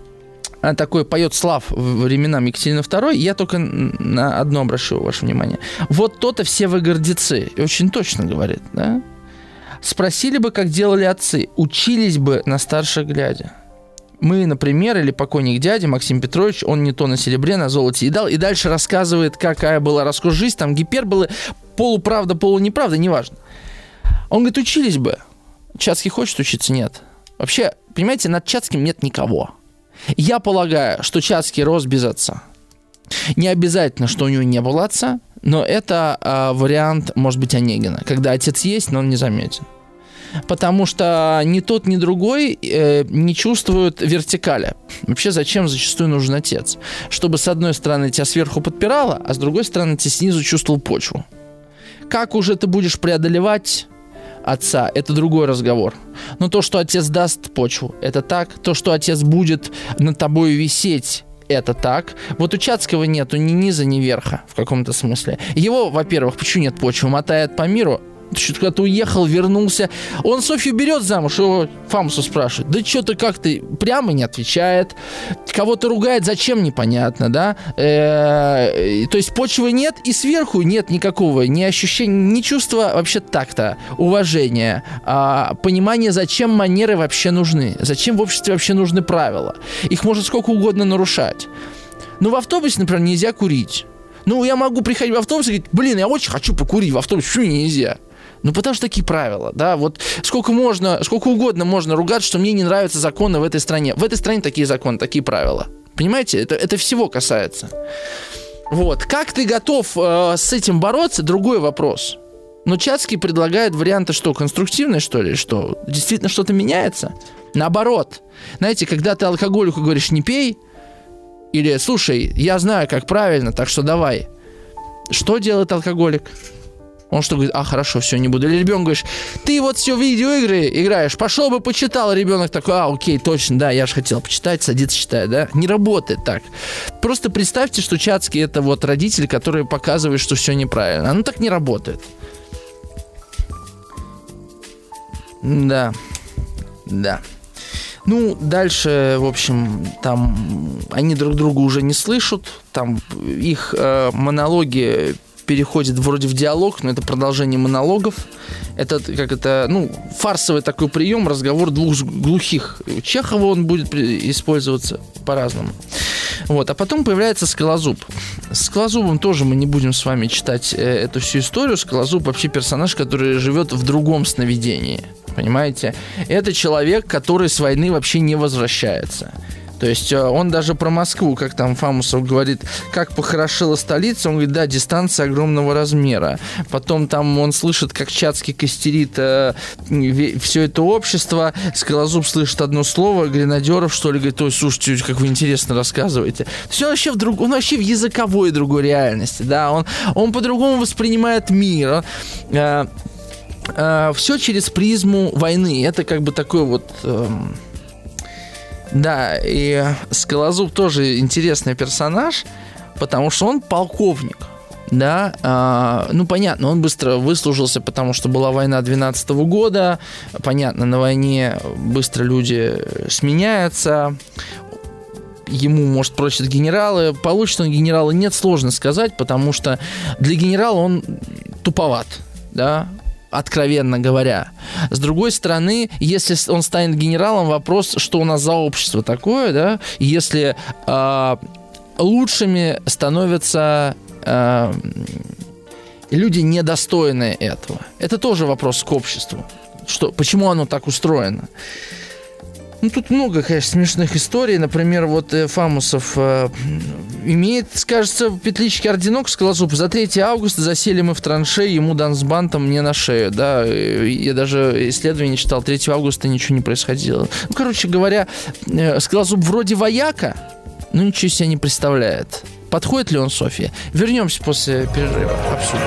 Speaker 2: такой поет слав временам Екатерины второй, я только на одно обращу ваше внимание. Вот то-то все вы гордецы. И очень точно говорит, да? Спросили бы, как делали отцы, учились бы на старших глядя. Мы, например, или покойник дядя Максим Петрович, он не то на серебре, на золоте едал, и дальше рассказывает, какая была роскошь жизнь, там гиперболы, полуправда, полунеправда, неважно. Он говорит, учились бы. Чацкий хочет учиться? Нет. Вообще, понимаете, над Чацким нет никого. Я полагаю, что Чацкий рос без отца. Не обязательно, что у него не было отца, но это э, вариант, может быть, Онегина, когда отец есть, но он не заметен. Потому что ни тот, ни другой э, не чувствуют вертикали. Вообще, зачем зачастую нужен отец? Чтобы, с одной стороны, тебя сверху подпирало, а с другой стороны, ты снизу чувствовал почву. Как уже ты будешь преодолевать отца, это другой разговор. Но то, что отец даст почву, это так. То, что отец будет над тобой висеть, это так. Вот у Чацкого нету ни низа, ни верха в каком-то смысле. Его, во-первых, почему нет почвы? Мотает по миру. Когда-то уехал, вернулся. Он Софью берет замуж, его Фамусов спрашивает. Да что-то как ты прямо не отвечает. Кого-то ругает, зачем, непонятно, да? Э-э- то есть почвы нет, и сверху нет никакого ни ощущения, ни чувства вообще такта, уважения, а понимания, зачем манеры вообще нужны. Зачем в обществе вообще нужны правила. Их можно сколько угодно нарушать. Ну, в автобусе, например, нельзя курить. Ну, я могу приходить в автобус и говорить, блин, я очень хочу покурить в автобусе, почему нельзя? Ну, потому что такие правила, да, вот сколько можно, сколько угодно можно ругать, что мне не нравятся законы в этой стране. В этой стране такие законы, такие правила. Понимаете, это, это всего касается. Вот, как ты готов э, с этим бороться, другой вопрос. Но Чацкий предлагает варианты, что, конструктивные, что ли, что действительно что-то меняется? Наоборот. Знаете, когда ты алкоголику говоришь «не пей», или «слушай, я знаю, как правильно, так что давай». Что делает алкоголик? Он что говорит, а, хорошо, все, не буду. Или ребенок говоришь, ты вот все в видеоигры играешь, пошел бы почитал. Ребенок такой, а, окей, точно, да, я же хотел почитать, садится, читает, да. Не работает так. Просто представьте, что Чацкий это вот родитель, который показывает, что все неправильно. Оно так не работает. Да, да. Ну, дальше, в общем, там они друг друга уже не слышат, там их э, монологи переходит вроде в диалог, но это продолжение монологов. Это как это, ну, фарсовый такой прием, разговор двух глухих. У Чехова он будет использоваться по-разному. Вот. А потом появляется Скалозуб. С Скалозубом тоже мы не будем с вами читать э, эту всю историю. Скалозуб вообще персонаж, который живет в другом сновидении. Понимаете? Это человек, который с войны вообще не возвращается. То есть он даже про Москву, как там Фамусов говорит, как похорошела столица, он говорит, да, дистанция огромного размера. Потом там он слышит, как Чацкий костерит э, все это общество, Скалозуб слышит одно слово, гренадеров, что ли, говорит, ой, слушайте, как вы интересно рассказываете. То есть он вообще в, друг, он вообще в языковой другой реальности, да, он, он по-другому воспринимает мир, он, э, э, все через призму войны. Это как бы такой вот... Э, Да, и Скалозуб тоже интересный персонаж, потому что он полковник. Да, а, ну понятно, он быстро выслужился, потому что была война двенадцатого года. Понятно, на войне быстро люди сменяются. Ему, может, просят генералы. Получит он генерала, нет, сложно сказать, потому что для генерала он туповат, да, откровенно говоря. С другой стороны, если он станет генералом, вопрос, что у нас за общество такое, да, если а, лучшими становятся а, люди, недостойные этого. Это тоже вопрос к обществу. Что, почему оно так устроено? Ну, тут много, конечно, смешных историй. Например, вот э, Фамусов э, имеет, кажется, в петличке орденок Скалозуб. За третьего августа засели мы в траншеи, ему дан с бантом, мне на шею. Да, я даже исследование читал, третьего августа ничего не происходило. Ну, короче говоря, э, Скалозуб вроде вояка, но ничего себе не представляет. Подходит ли он Софье? Вернемся после перерыва, обсудим.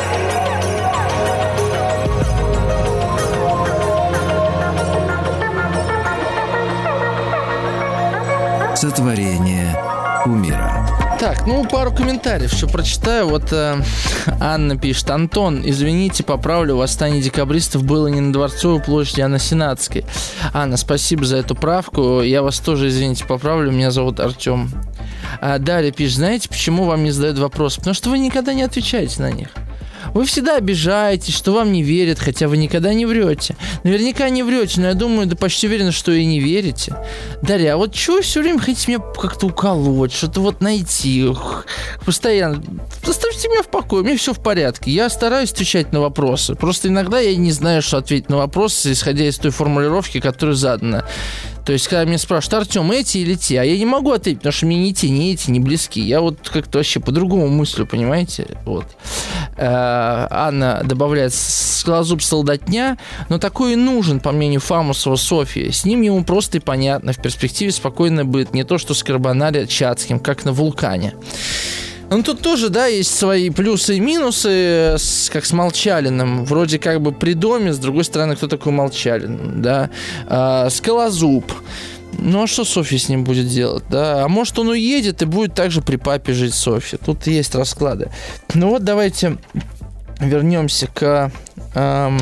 Speaker 1: Сотворение кумира.
Speaker 2: Так, ну пару комментариев еще прочитаю. Вот э, Анна пишет: Антон, извините, поправлю, восстание декабристов было не на Дворцовой площади, а на Сенатской. Анна, спасибо за эту правку. Я вас тоже, извините, поправлю. Меня зовут Артем. А Дарья пишет: знаете, почему вам не задают вопросы? Потому что вы никогда не отвечаете на них. Вы всегда обижаетесь, что вам не верят, хотя вы никогда не врете. Наверняка не врете, но я думаю, да почти уверена, что и не верите. Дарья, а вот чего вы все время хотите меня как-то уколоть, что-то вот найти? Постоянно. Оставьте меня в покое, у меня все в порядке. Я стараюсь отвечать на вопросы. Просто иногда я не знаю, что ответить на вопросы, исходя из той формулировки, которая задана. То есть, когда меня спрашивают: Артем, эти или те? А я не могу ответить, потому что мне ни те, ни эти не близки. Я вот как-то вообще по-другому мыслю, понимаете? Вот. Анна добавляет: Скалозуб солдатня, но такой и нужен, по мнению Фамусова, Софьи. С ним ему просто и понятно. В перспективе спокойно быт. Не то, что с Карбонаре Чацким, как на Вулкане. Ну, тут тоже, да, есть свои плюсы и минусы, с, как с Молчалиным. Вроде как бы при доме, с другой стороны, кто такой Молчалин, да? А, Скалозуб. Ну, а что Софья с ним будет делать, да? А может, он уедет и будет также при папе жить Софья. Тут есть расклады. Ну, вот давайте вернемся к эм,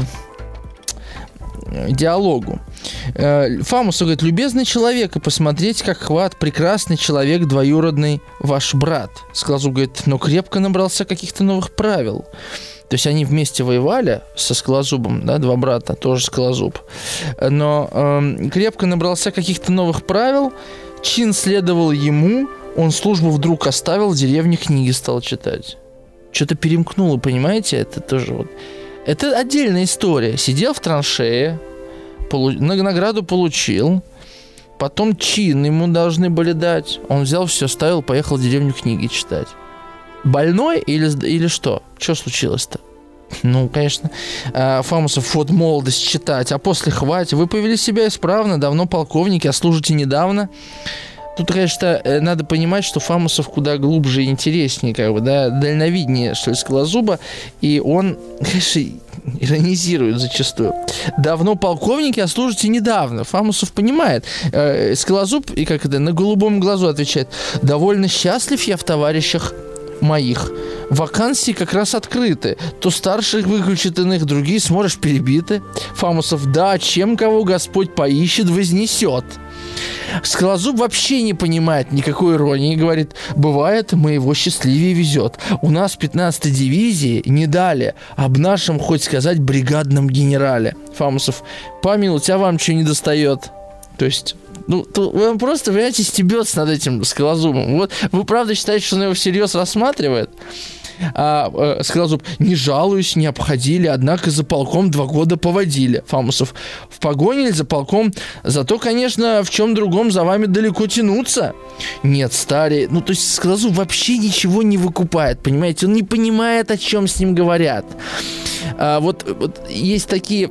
Speaker 2: диалогу. Фамусов говорит: любезный человек, и посмотреть, как хват, прекрасный человек, двоюродный ваш брат. Скалозуб говорит: но крепко набрался каких-то новых правил. То есть они вместе воевали со Скалозубом, да, два брата, тоже Скалозуб. Но э, крепко набрался каких-то новых правил, чин следовал ему, он службу вдруг оставил, в деревне книги стал читать. Что-то перемкнуло, понимаете? Это тоже вот... Это отдельная история. Сидел в траншее, полу... награду получил, потом чин ему должны были дать. Он взял все, ставил, поехал в деревню книги читать. Больной или, или что? Что случилось-то? Ну, конечно, Фамусов: вот молодость читать, а после хватит. Вы повели себя исправно, давно полковники, а служите недавно. Тут, конечно, надо понимать, что Фамусов куда глубже и интереснее, как бы, да, дальновиднее, что ли, Скалозуба, и он, конечно, иронизирует зачастую. Давно полковники, а служите недавно. Фамусов понимает. Скалозуб, и как это, на голубом глазу отвечает: довольно счастлив я в товарищах моих. Вакансии как раз открыты. То старших выключат иных, другие, сможешь, перебиты. Фамусов: да, чем кого Господь поищет, вознесет. Скалозуб вообще не понимает никакой иронии. Говорит: бывает, моего счастливее везет. У нас в пятнадцатой дивизии не дали об нашем, хоть сказать, бригадном генерале. Фамусов: помилуйте, а вам что не достает? То есть... Ну, то он просто, понимаете, стебется над этим Скалозубом. Вот вы правда считаете, что он его всерьез рассматривает? А э, Скалозуб: не жалуюсь, не обходили, однако за полком два года поводили. Фамусов: в погоне или за полком? Зато, конечно, в чем другом за вами далеко тянуться. Нет, старый. Ну, то есть Скалозуб вообще ничего не выкупает, понимаете? Он не понимает, о чем с ним говорят. А, вот, вот есть такие...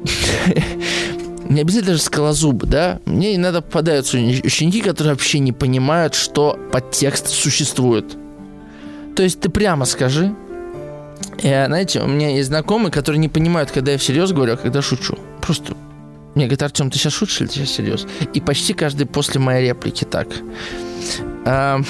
Speaker 2: Не обязательно даже Скалозуб, да? Мне иногда попадаются ученики, которые вообще не понимают, что подтекст существует. То есть ты прямо скажи. И, знаете, у меня есть знакомые, которые не понимают, когда я всерьез говорю, а когда шучу. Просто Мне говорит: Артем, ты сейчас шутишь или ты сейчас серьезно? И почти каждый после моей реплики так. А,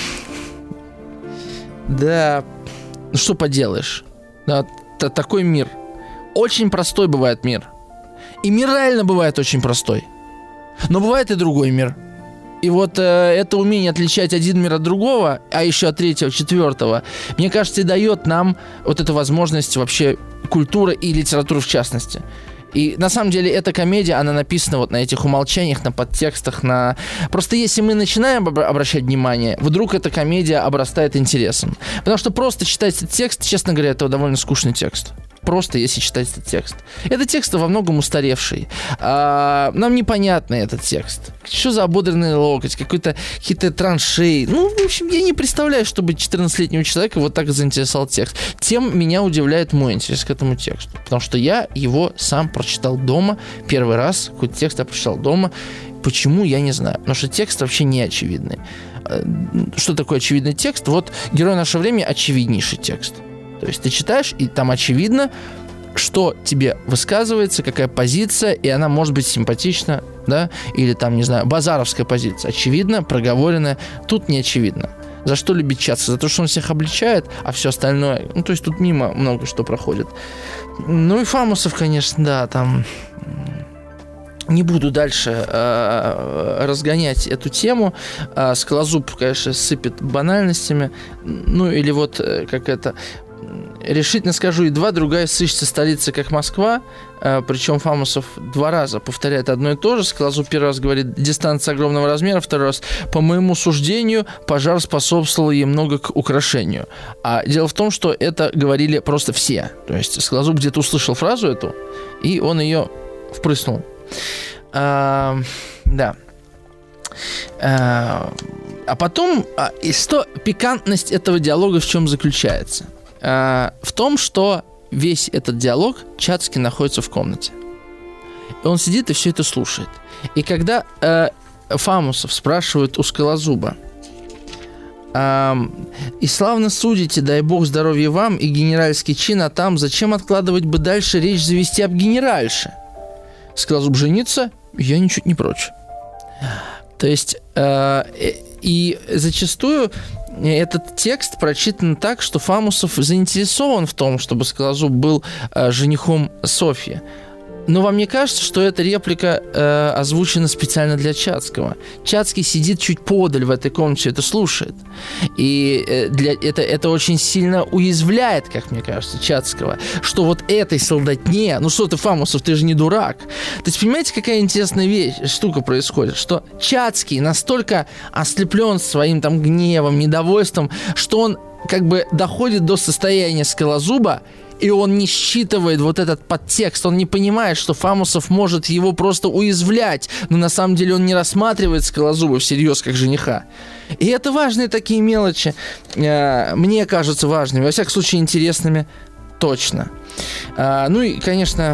Speaker 2: да, ну что поделаешь? Да, т- такой мир. Очень простой бывает мир. И мир реально бывает очень простой. Но бывает и другой мир. И вот э, это умение отличать один мир от другого, а еще от третьего, четвертого, мне кажется, и дает нам вот эту возможность вообще культуры и литературы в частности. И на самом деле эта комедия, она написана вот на этих умолчаниях, на подтекстах, на... Просто если мы начинаем обращать внимание, вдруг эта комедия обрастает интересом. Потому что просто читать этот текст, честно говоря, это довольно скучный текст. Просто если читать этот текст. Этот текст во многом устаревший. А, нам непонятный этот текст. Что за ободренный локоть, какой-то, какие-то траншеи. Ну, в общем, я не представляю, чтобы четырнадцатилетнего человека вот так заинтересовал текст. Тем меня удивляет мой интерес к этому тексту. Потому что я его сам прочитал дома. Первый раз какой-то текст я прочитал дома. Почему, я не знаю. Потому что текст вообще не очевидный. Что такое очевидный текст? Вот «Герой нашего времени» — очевиднейший текст. То есть ты читаешь, и там очевидно, что тебе высказывается, какая позиция, и она может быть симпатична, да, или там, не знаю, базаровская позиция. Очевидно, проговоренная. Тут не очевидно. За что любить Чацкого? За то, что он всех обличает, а все остальное... Ну, то есть тут мимо много что проходит. Ну и Фамусов, конечно, да, там... Не буду дальше э, разгонять эту тему. Э, Скалозуб, конечно, сыпет банальностями. Ну, или вот, э, как это... Решительно скажу, едва другая сыщется столица, как Москва. Э, причем Фамусов два раза повторяет одно и то же. Скалозуб первый раз говорит: дистанция огромного размера. Второй раз: по моему суждению, пожар способствовал ей много к украшению. А дело в том, что это говорили просто все. То есть Скалозуб где-то услышал фразу эту, и он ее впрыснул. А, да. А, а потом, а, и что пикантность этого диалога в чем заключается? А, в том, что весь этот диалог Чацкий находится в комнате. И он сидит и все это слушает. И когда а, Фамусов спрашивает у Скалозуба: а, и славно судите, дай бог здоровья вам и генеральский чин, а там зачем откладывать бы дальше речь завести об генеральше? Скалозуб: жениться я ничуть не прочь. То есть, э, и зачастую этот текст прочитан так, что Фамусов заинтересован в том, чтобы Скалозуб был э, женихом Софьи. Но вам не кажется, что эта реплика э, озвучена специально для Чацкого? Чацкий сидит чуть подаль в этой комнате, это слушает. И э, для, это, это очень сильно уязвляет, как мне кажется, Чацкого, что вот этой солдатне... Ну что ты, Фамусов, ты же не дурак. То есть, понимаете, какая интересная вещь, штука происходит? Что Чацкий настолько ослеплен своим там гневом, недовольством, что он как бы доходит до состояния Скалозуба, и он не считывает вот этот подтекст, он не понимает, что Фамусов может его просто уязвлять, но на самом деле он не рассматривает Скалозуба всерьез как жениха. И это важные такие мелочи, э, мне кажутся важными, во всяком случае интересными точно. Э, ну и, конечно,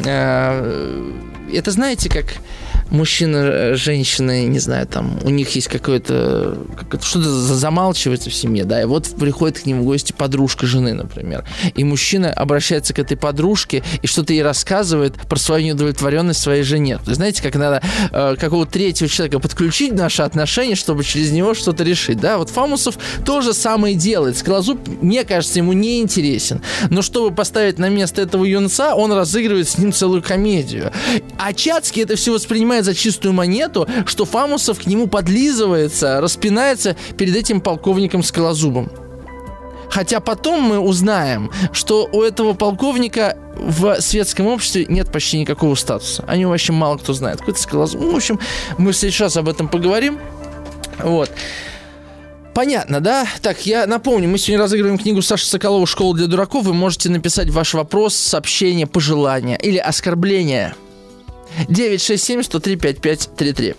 Speaker 2: э, это знаете, как мужчина, женщина, не знаю, там, у них есть какое-то, какое-то что-то замалчивается в семье, да, и вот приходит к ним в гости подружка жены, например, и мужчина обращается к этой подружке и что-то ей рассказывает про свою неудовлетворенность своей жене. То есть, знаете, как надо э, какого-то третьего человека подключить в наши отношения, чтобы через него что-то решить, да, вот Фамусов то же самое делает. Скалозуб, мне кажется, ему не интересен, но чтобы поставить на место этого юнца, он разыгрывает с ним целую комедию. А Чацкий это все воспринимает за чистую монету, что Фамусов к нему подлизывается, распинается перед этим полковником Скалозубом. Хотя потом мы узнаем, что у этого полковника в светском обществе нет почти никакого статуса. О нем вообще мало кто знает. Какой-то Скалозуб. Ну, в общем, мы в следующий раз об этом поговорим. Вот. Понятно, да? Так, я напомню, мы сегодня разыгрываем книгу Саши Соколова «Школа для дураков». Вы можете написать ваш вопрос, сообщение, пожелание или оскорбление. девять шесть семь сто три пять пять три три.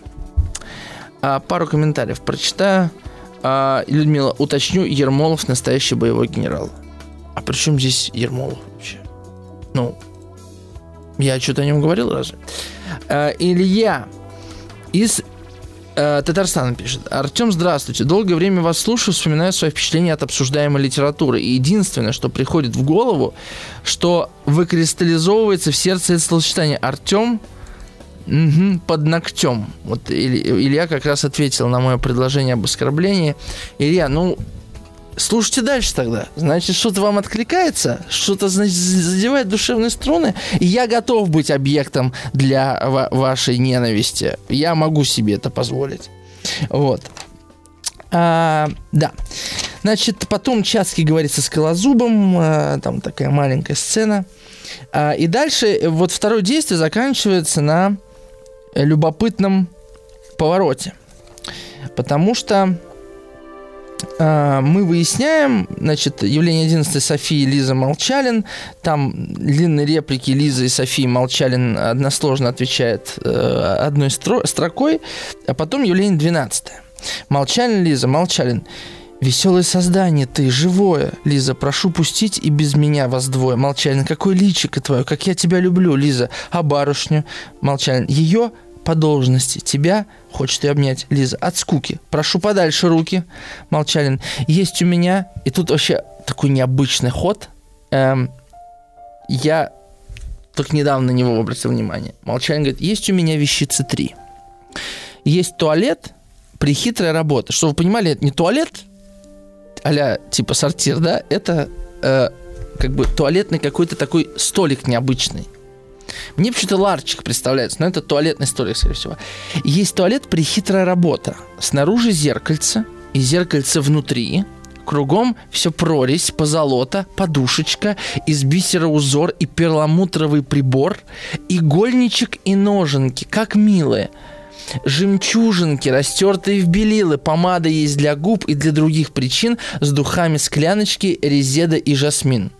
Speaker 2: А, пару комментариев прочитаю. А, Людмила, уточню, Ермолов настоящий боевой генерал. А при чем здесь Ермолов вообще? Ну, я что-то о нем говорил разве? А, Илья из а, Татарстана пишет. Артем, здравствуйте. Долгое время вас слушаю, вспоминаю свои впечатления от обсуждаемой литературы. И единственное, что приходит в голову, что выкристаллизовывается в сердце это словосочетание. Артем Угу, под ногтем. Вот Илья как раз ответил на мое предложение об оскорблении. Илья, ну, слушайте дальше тогда. Значит, что-то вам откликается, что-то, значит, задевает душевные струны, и я готов быть объектом для ва- вашей ненависти. Я могу себе это позволить. Вот. А, да. Значит, потом Чацкий говорит со Скалозубом, а, там такая маленькая сцена. А, и дальше вот второе действие заканчивается на любопытном повороте. Потому что а, мы выясняем, значит, явление одиннадцатой Софии, Лиза Молчалин. Там длинные реплики Лизы и Софии Молчалин односложно отвечает э, одной стро- строкой. А потом явление двенадцатое. Молчалин, Лиза, Молчалин. Веселое создание ты, живое. Лиза, прошу пустить и без меня вас двое. Молчалин, какое личико твое, как я тебя люблю, Лиза. А барышню? Молчалин, ее по должности. Тебя хочет ее обнять. Лиза, от скуки. Прошу подальше руки. Молчалин, есть у меня... И тут вообще такой необычный ход. Эм, я только недавно на него обратил внимание. Молчалин говорит, есть у меня вещицы три. Есть туалет, прихитрая работа. Чтобы вы понимали, это не туалет, а-ля типа сортир, да, это э, как бы туалетный какой-то такой столик необычный. Мне почему-то ларчик представляется, но это туалетный столик, скорее всего. Есть туалет, прихитрая работа. Снаружи зеркальце, и зеркальце внутри. Кругом все прорезь, позолота, подушечка, из бисера узор и перламутровый прибор, игольничек и ноженки, как милые. Жемчужинки, растертые в белилы, помада есть для губ и для других причин, с духами скляночки, резеда и жасмин.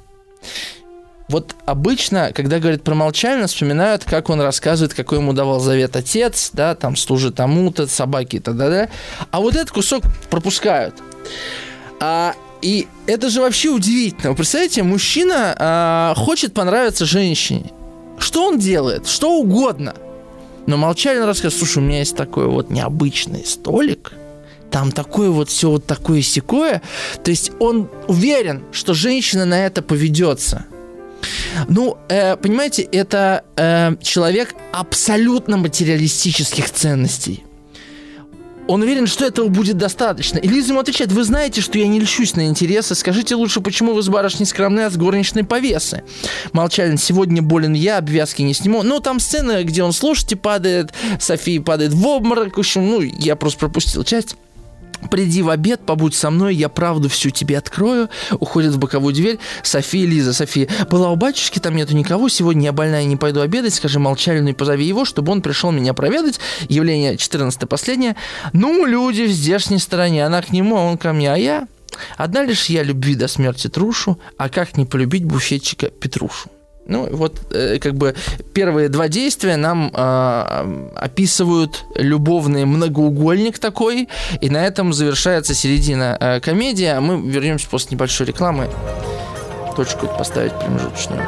Speaker 2: Вот обычно, когда говорят про Молчалина, вспоминают, как он рассказывает, какой ему давал завет отец, да, там, служи тому-то, собаки и т.д. А вот этот кусок пропускают. А, и это же вообще удивительно. Вы представляете, мужчина а, хочет понравиться женщине. Что он делает? Что угодно. Но Молчалин рассказывает, слушай, у меня есть такой вот необычный столик, там такое вот все вот такое-сякое. То есть он уверен, что женщина на это поведется. Ну, э, понимаете, это э, человек абсолютно материалистических ценностей. Он уверен, что этого будет достаточно. И Лиза ему отвечает, вы знаете, что я не льщусь на интересы. Скажите лучше, почему вы с барышней скромны, а с горничной повесы? Молчалин, сегодня болен я, обвязки не сниму. Ну, там сцена, где он, слушайте, падает, София падает в обморок. В общем, ну, я просто пропустил часть. Приди в обед, побудь со мной, я правду всю тебе открою. Уходит в боковую дверь. София, Лиза, София. Была у батюшки, там нету никого. Сегодня я больная, не пойду обедать. Скажи Молчалину и позови его, чтобы он пришел меня проведать. Явление четырнадцатое, последнее. Ну, люди в здешней стороне. Она к нему, а он ко мне. А я? Одна лишь я любви до смерти трушу. А как не полюбить буфетчика Петрушу? Ну, вот э, как бы первые два действия нам э, описывают любовный многоугольник такой, и на этом завершается середина э, комедии, а мы вернемся после небольшой рекламы. Точку поставить промежуточную.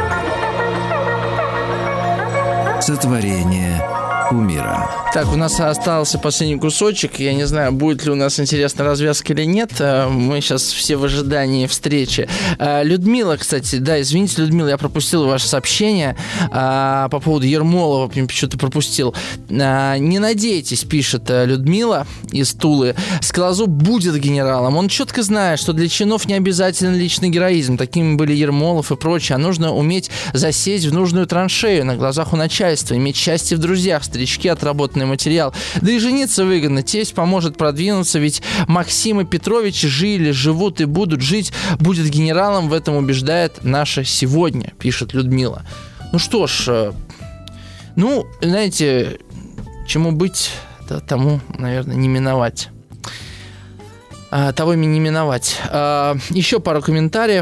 Speaker 1: Сотворение кумира.
Speaker 2: Так, у нас остался последний кусочек. Я не знаю, будет ли у нас интересная развязка или нет. Мы сейчас все в ожидании встречи. Людмила, кстати, да, извините, Людмила, я пропустил ваше сообщение по поводу Ермолова, почему-то пропустил. Не надейтесь, пишет Людмила из Тулы. Скалозуб будет генералом. Он четко знает, что для чинов не обязателен личный героизм. Такими были Ермолов и прочее. А нужно уметь засесть в нужную траншею на глазах у начальства, иметь счастье в друзьях, старички, отработанный материал. Да и жениться выгодно. Тесть поможет продвинуться, ведь Максим и Петрович жили, живут и будут жить. Будет генералом, в этом убеждает наше сегодня, пишет Людмила. Ну что ж, ну, знаете, чему быть, да, тому, наверное, не миновать. А, того не миновать. А, еще пару комментариев.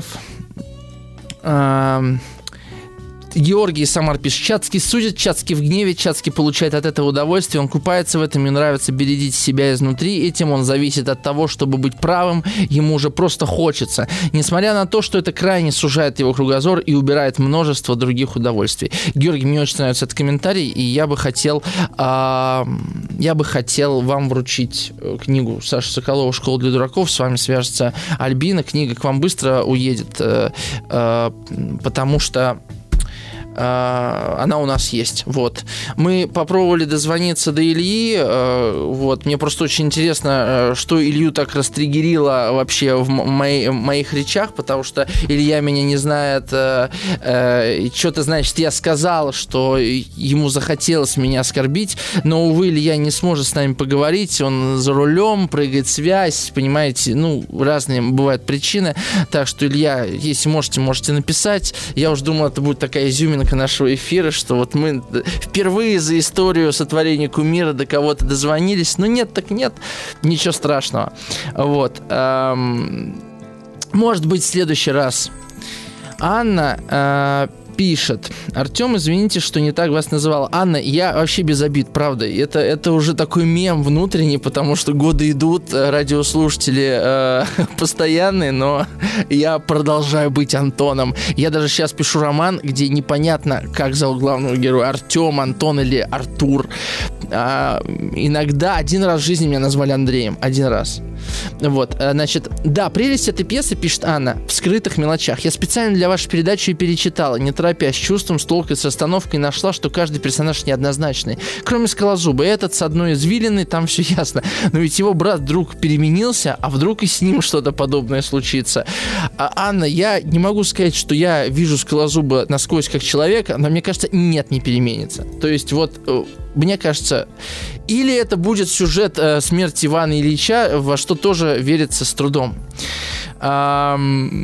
Speaker 2: А, Георгий Самар пишет, Чацкий судит, Чацкий в гневе, Чацкий получает от этого удовольствие, он купается в этом, ему нравится бередить себя изнутри, этим он зависит от того, чтобы быть правым, ему уже просто хочется, несмотря на то, что это крайне сужает его кругозор и убирает множество других удовольствий. Георгий, мне очень нравится этот комментарий, и я бы хотел, э, я бы хотел вам вручить книгу Саши Соколова «Школа для дураков», с вами свяжется Альбина, книга к вам быстро уедет, э, э, потому что она у нас есть. Вот. Мы попробовали дозвониться до Ильи. Вот. Мне просто очень интересно, что Илью так растриггерило вообще в моей, моих речах, потому что Илья меня не знает. Что-то, значит, я сказал, что ему захотелось меня оскорбить, но, увы, Илья не сможет с нами поговорить. Он за рулем, прыгает связь, понимаете, ну, разные бывают причины. Так что, Илья, если можете, можете написать. Я уже думал, это будет такая изюминка нашего эфира, что вот мы впервые за историю сотворения кумира до кого-то дозвонились. Ну нет, так нет, ничего страшного. Вот. Может быть, в следующий раз. Анна пишет: Артем, извините, что не так вас называла. Анна, я вообще без обид, правда. Это, это уже такой мем внутренний, потому что годы идут, радиослушатели э, постоянные, но я продолжаю быть Антоном. Я даже сейчас пишу роман, где непонятно, как зовут главного героя. Артем, Антон или Артур. А, иногда один раз в жизни меня назвали Андреем. Один раз. Вот, значит, да, прелесть этой пьесы, пишет Анна, в скрытых мелочах. Я специально для вашей передачи и перечитала, не торопясь, с чувством, с толкой, с расстановкой, нашла, что каждый персонаж неоднозначный. Кроме Скалозуба, этот с одной извилиной, там все ясно. Но ведь его брат вдруг переменился, а вдруг и с ним что-то подобное случится. А, Анна, я не могу сказать, что я вижу Скалозуба насквозь как человека, но мне кажется, нет, не переменится. То есть вот, мне кажется, или это будет сюжет э, смерти Ивана Ильича, во что тоже верится с трудом. А,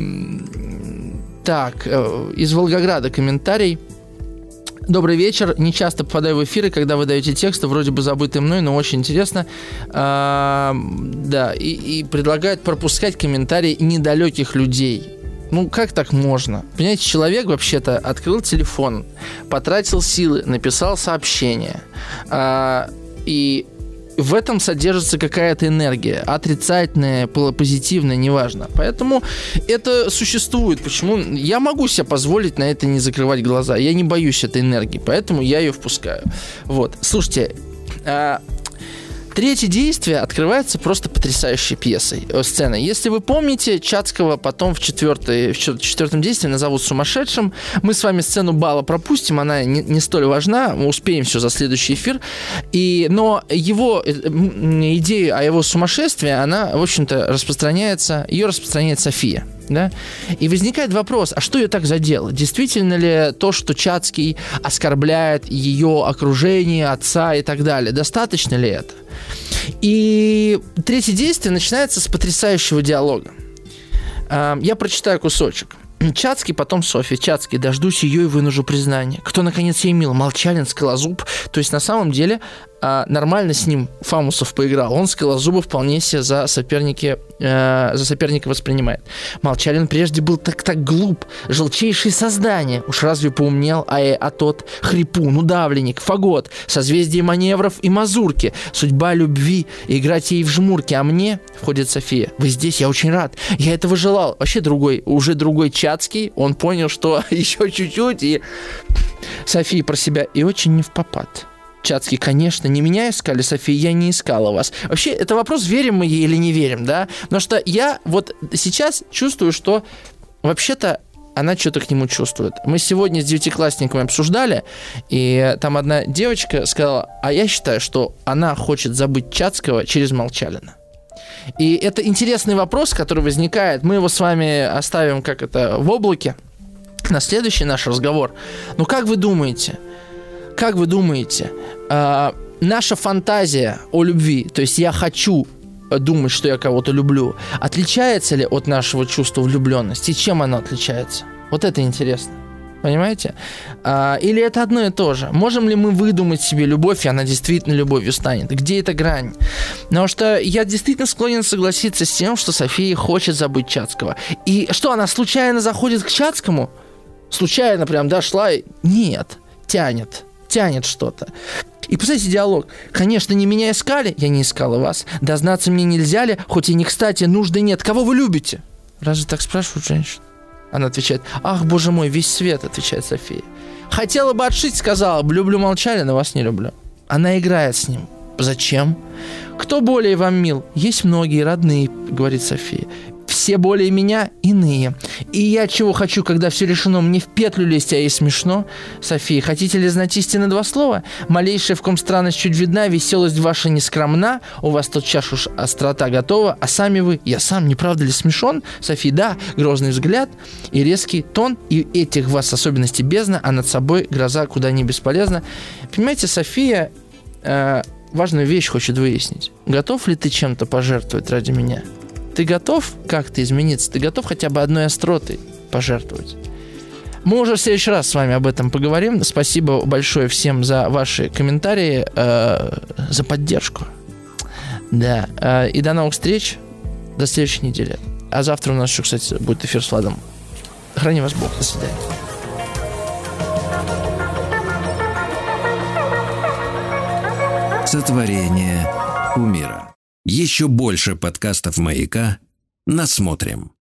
Speaker 2: так, э, из Волгограда комментарий. Добрый вечер. Не часто попадаю в эфиры, когда вы даете тексты, вроде бы забытые мной, но очень интересно. А, да, и, и предлагают пропускать комментарии недалеких людей. Ну, как так можно? Понимаете, человек вообще-то открыл телефон, потратил силы, написал сообщение. А, и в этом содержится какая-то энергия. Отрицательная, позитивная, неважно. Поэтому это существует. Почему? Я могу себе позволить на это не закрывать глаза. Я не боюсь этой энергии, поэтому я ее впускаю. Вот. Слушайте, а... третье действие открывается просто потрясающей пьесой, сценой. Если вы помните, Чацкого потом в, четвертой, в четвертом действии назовут сумасшедшим. Мы с вами сцену бала пропустим, она не, не столь важна, мы успеем все за следующий эфир. И, но его идея о его сумасшествии, она, в общем-то, распространяется, ее распространяет София. Да? И возникает вопрос, а что ее так задело? Действительно ли то, что Чацкий оскорбляет ее окружение, отца и так далее, достаточно ли это? И третье действие начинается с потрясающего диалога. Я прочитаю кусочек. Чацкий, потом Софья. Чацкий: дождусь ее и вынужу признание. Кто, наконец, ей мил? Молчалин, Скалозуб. То есть, на самом деле, нормально с ним Фамусов поиграл. Он Скалозуба вполне себе за, соперники, э, за соперника воспринимает. Молчалин прежде был так, так глуп. Желчайшее создание. Уж разве поумнел? А, а тот хрипун, удавленник, фагот, созвездие маневров и мазурки. Судьба любви, играть ей в жмурки. А мне, входит София: вы здесь, я очень рад. Я этого желал. Вообще другой, уже другой Чацкий. Он понял, что еще чуть-чуть, и София про себя: и очень не впопад. Чацкий: конечно, не меня искали, София, я не искала вас. Вообще, это вопрос, верим мы ей или не верим, да? Потому что я вот сейчас чувствую, что вообще-то она что-то к нему чувствует. Мы сегодня с девятиклассниками обсуждали, и там одна девочка сказала: а я считаю, что она хочет забыть Чацкого через Молчалина. И это интересный вопрос, который возникает. Мы его с вами оставим, как это, в облаке на следующий наш разговор. Ну, как вы думаете... Как вы думаете, э, наша фантазия о любви, то есть я хочу думать, что я кого-то люблю, отличается ли от нашего чувства влюбленности? И чем оно отличается? Вот это интересно. Понимаете? А, или это одно и то же? Можем ли мы выдумать себе любовь, и она действительно любовью станет? Где эта грань? Потому что я действительно склонен согласиться с тем, что София хочет забыть Чацкого. И что, она случайно заходит к Чацкому? Случайно прям, да, шла? Нет. Тянет. Тянет что-то. И представьте диалог. Конечно, не меня искали, я не искала вас. Дознаться мне нельзя ли, хоть и не кстати, нужды нет. Кого вы любите? Разве так спрашивают женщин? Она отвечает: ах, боже мой, весь свет, отвечает София. Хотела бы отшить, сказала бы: люблю Молчалина, вас не люблю. Она играет с ним. Зачем? Кто более вам мил? Есть многие родные, говорит София. все более меня иные. И я чего хочу, когда все решено, мне в петлю лезть, а ей смешно. София, хотите ли знать истины два слова? Малейшая в ком странность чуть видна, веселость ваша не скромна, у вас тотчас уж острота готова, а сами вы, я сам, не правда ли смешон? София, да, грозный взгляд и резкий тон, и этих вас особенностей бездна, а над собой гроза куда не бесполезна. Понимаете, София э, важную вещь хочет выяснить. Готов ли ты чем-то пожертвовать ради меня? Ты готов как-то измениться? Ты готов хотя бы одной остротой пожертвовать? Мы уже в следующий раз с вами об этом поговорим. Спасибо большое всем за ваши комментарии, э, за поддержку. Да. Э, и до новых встреч. До следующей недели. А завтра у нас еще, кстати, будет эфир с Владом. Храни вас Бог. До свидания.
Speaker 1: Сотворение кумира. Еще больше подкастов «Маяка» насмотрим.